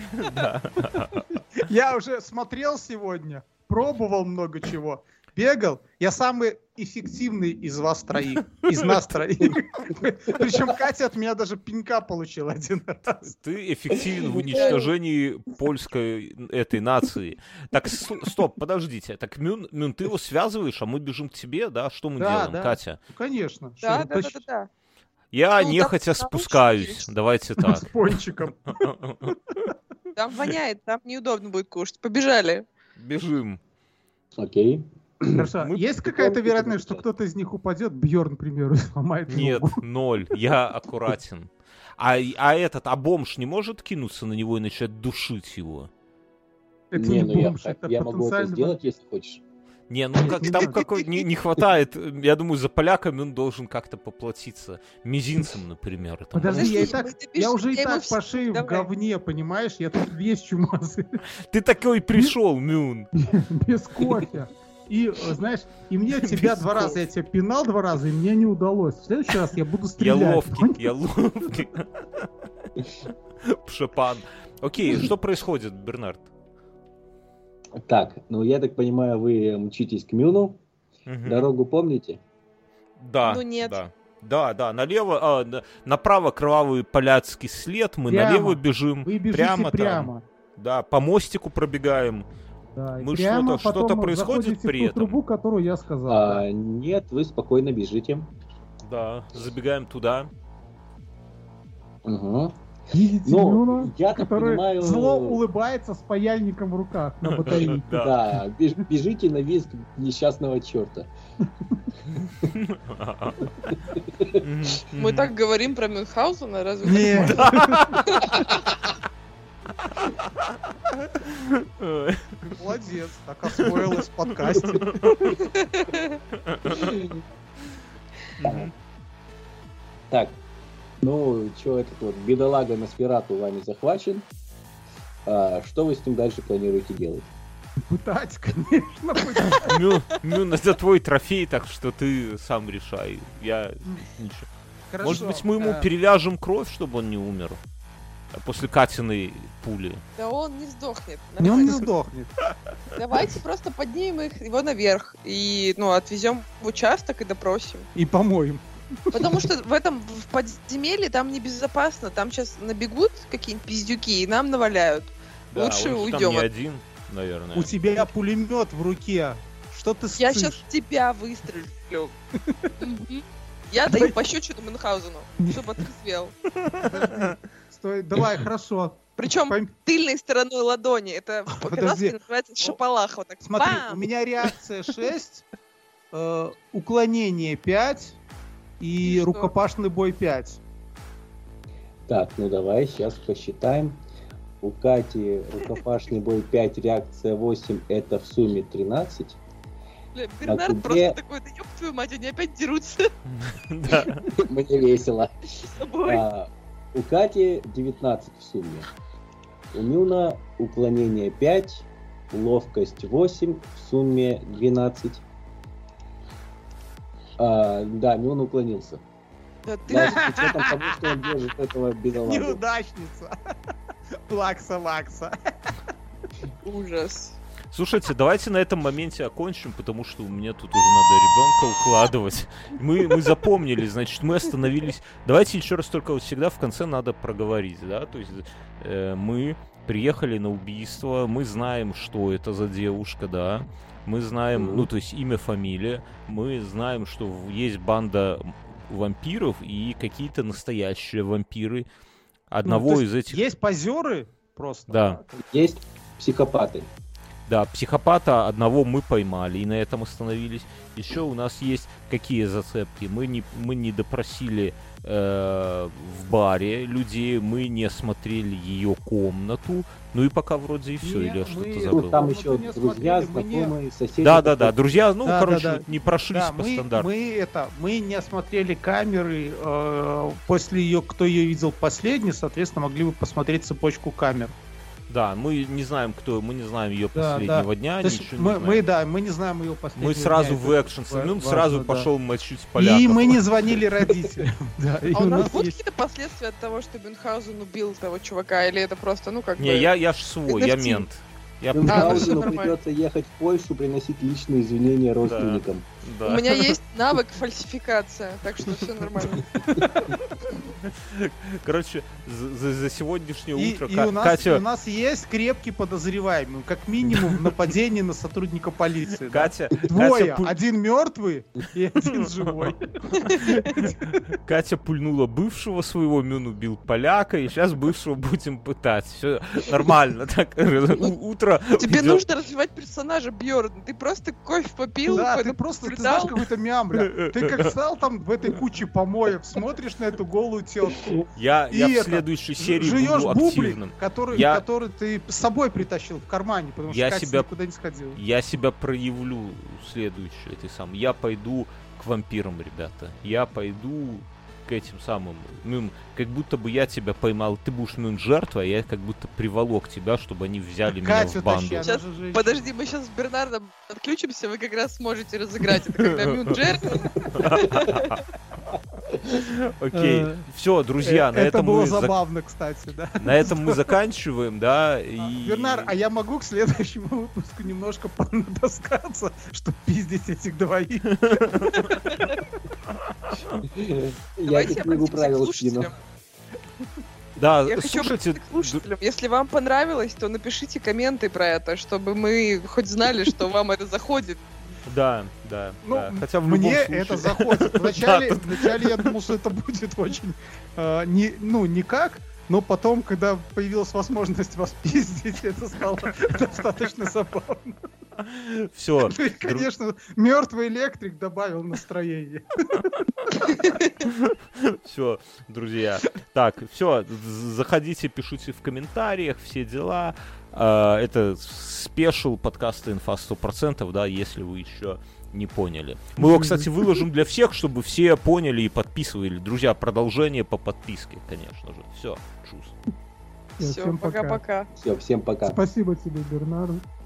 Я уже смотрел сегодня, пробовал много чего, бегал. Я самый эффективный из вас троих, из нас троих. Причем Катя от меня даже пинка получила один раз.
Ты эффективен в уничтожении польской этой нации. Так, стоп, подождите. Так, Мюн, ты его связываешь, а мы бежим к тебе, да? Что мы
Да,
делаем,
да.
Катя?
Ну, конечно.
Да,
Что,
да, да, да, да.
Я
Ну,
нехотя
там
спускаюсь.
наушники.
Давайте так.
С пончиком.
Там воняет, там неудобно будет кушать. Побежали.
Бежим.
Окей.
Хорошо.
Мы
Есть какая-то
потом
вероятность, что
будем
кто-то из них упадет? Бьорн, к примеру, и сломает
Нет,
ногу.
0. Я аккуратен. А бомж не может кинуться на него и начать душить его?
Это
Не,
не
ну
бомж, это
я могу это
потенциально
сделать, если хочешь.
Не, ну как там не хватает. Я думаю, за поляками он должен как-то поплатиться. Мизинцем, например. Там.
Подожди, я уже и так по шее в говне, понимаешь? Я тут весь чумазый.
Ты такой пришел, Мюн.
Без кофе. И, знаешь, и мне тебя 2 раза, я тебя пинал 2 раза, и мне не удалось. В следующий раз я буду стрелять.
Я ловкий. Пшепан. Окей, что происходит, Бернард?
Так, ну я так понимаю, вы мчитесь к Мюну. Дорогу помните?
Да.
Ну нет.
Да, налево, направо кровавый поляцкий след, мы налево бежим.
Вы бежите прямо.
Да, по мостику пробегаем.
Да,
мы что-то происходит при этом?
Трубу, которую я сказал.
Нет, вы спокойно бежите.
Да, забегаем туда.
Угу.
Видите Мюна,
я так
который
понимаю...
зло улыбается с паяльником в руках на батарейке.
Да, бежите на визг несчастного черта.
Мы так говорим про Мюнхгаузена, разве?
Нет. Молодец, так освоилась в подкасте.
Так, ну, что этот вот бедолага Носферату вами захвачен. Что вы с ним дальше планируете делать?
Пытать, конечно.
Мюн, это твой трофей, так что ты сам решай. Я ничего.
Хорошо.
Может быть, мы ему перевяжем кровь, чтобы он не умер? После Катиной пули.
Да он не сдохнет.
Он не сдохнет.
Давайте просто поднимем его наверх и, отвезем в участок и допросим.
И помоем.
Потому что в подземелье там небезопасно. Там сейчас набегут какие-нибудь пиздюки и нам наваляют.
Да,
лучше
он
уйдем.
Там не один, наверное.
У тебя пулемет в руке. Что ты ссышь?
Я сейчас в тебя выстрелю. Я даю пощечину Мюнхгаузену, чтобы отрезвел.
Стой, давай, хорошо.
Причем тыльной стороной ладони. Это по-казахски называется шапалах. Вот так.
Смотри, у меня реакция 6, уклонение 5 и рукопашный бой 5.
Так, ну давай сейчас посчитаем. У Кати рукопашный бой 5, реакция 8, это в сумме 13.
Бернард просто такой, да ёб твою мать, они опять дерутся.
Да.
Мне весело.
С собой.
У Кати 19 в сумме. У Мюна уклонение 5, ловкость 8, в сумме 12. Да, Мюн уклонился.
Да ты...
Даже с учетом того, что он держит этого бедолагу.
Неудачница. Плакса-лакса.
Ужас.
Слушайте, давайте на этом моменте окончим, потому что у меня тут уже надо ребенка укладывать. Мы запомнили, значит, мы остановились. Давайте еще раз, только вот всегда в конце надо проговорить, да, то есть мы приехали на убийство, мы знаем, что это за девушка, да, мы знаем, ну, то есть имя, фамилия, мы знаем, что есть банда вампиров и какие-то настоящие вампиры. Одного из этих...
Есть позеры просто?
Да.
Есть психопаты.
Да, психопата одного мы поймали и на этом остановились. Еще у нас есть какие зацепки? Мы не допросили в баре людей, мы не осмотрели ее комнату. Ну и пока вроде и все, или я что-то забыл.
Там еще друзья, знакомые, соседи.
Да, друзья, не прошлись по стандарту.
Мы не осмотрели камеры, после ее, кто ее видел последний, соответственно, могли бы посмотреть цепочку камер.
Да, мы не знаем, мы не знаем ее последнего дня,
то
ничего не знаем.
Мы не знаем ее последнего
дня. Мы сразу в экшен, сразу пошел мочить поляков.
И мы не звонили родителям.
А у нас будут какие-то последствия от того, что Мюнхгаузен убил того чувака, или это просто,
Не, я ж свой, я мент.
Мюнхгаузену придется ехать в Польшу, приносить личные извинения родственникам.
Да. У меня есть навык фальсификация, так что все нормально.
Короче, за сегодняшнее утро
у нас есть крепкий подозреваемый, как минимум в нападении на сотрудника полиции.
Катя,
двое, один мертвый и один живой.
Катя пульнула бывшего своего, Мюн убил поляка, и сейчас бывшего будем пытать. Все нормально. Так, утро.
Тебе нужно развивать персонажа, Бьорн. Ты просто кофе попил,
да, ты просто ты знаешь,
наблюдал?
какой-то мямля. Ты как стал там в этой куче помоек, смотришь на эту голую тетку,
Я
И
в
это,
следующей серии
жуешь
буду
бублик,
активным.
который
Я-
ты с собой притащил в кармане, потому что
Я
Катя
себя-
никуда не сходила.
Я себя проявлю следующий, этой самой. Я пойду к вампирам, ребята. Я пойду к этим самым. Ну, как будто бы я тебя поймал. Ты будешь моим жертвой, а я как будто приволок тебя, чтобы они взяли меня
Катю
в банду.
тащи, она
Сейчас,
же женщина.
Подожди, мы сейчас с Бернардом отключимся, вы как раз сможете разыграть. Это когда Мюнджер.
Окей. Все, друзья, на
Это
этом
было
мы
забавно, кстати, да.
на этом мы заканчиваем, да. И...
Бернар, а я могу к следующему выпуску немножко понатаскаться, чтобы пиздить этих двоих?
Я
Давайте
тебе
я
книгу
обратимся к
правил скину.
слушателям.
Да,
Я хочу
слушайте,
обратиться к слушателям. Если вам понравилось, то напишите комменты про это, чтобы мы хоть знали, что вам это заходит.
да.
Ну,
Хотя в любом
мне
случае-
это заходит. Вначале я думал, что это будет очень никак, но потом, когда появилась возможность вас пиздить, это стало достаточно забавно.
Все,
Ну и, конечно, мертвый электрик добавил настроение.
все, друзья. Так, все, заходите, пишите в комментариях, все дела. Это спешл подкаста «Инфа 100%», да, если вы еще не поняли. Мы его, кстати, выложим для всех, чтобы все поняли и подписывали. Друзья, продолжение по подписке, конечно же. Все, чус.
Все,
Всем пока.
пока-пока.
Все, всем пока.
Спасибо тебе, Бернард.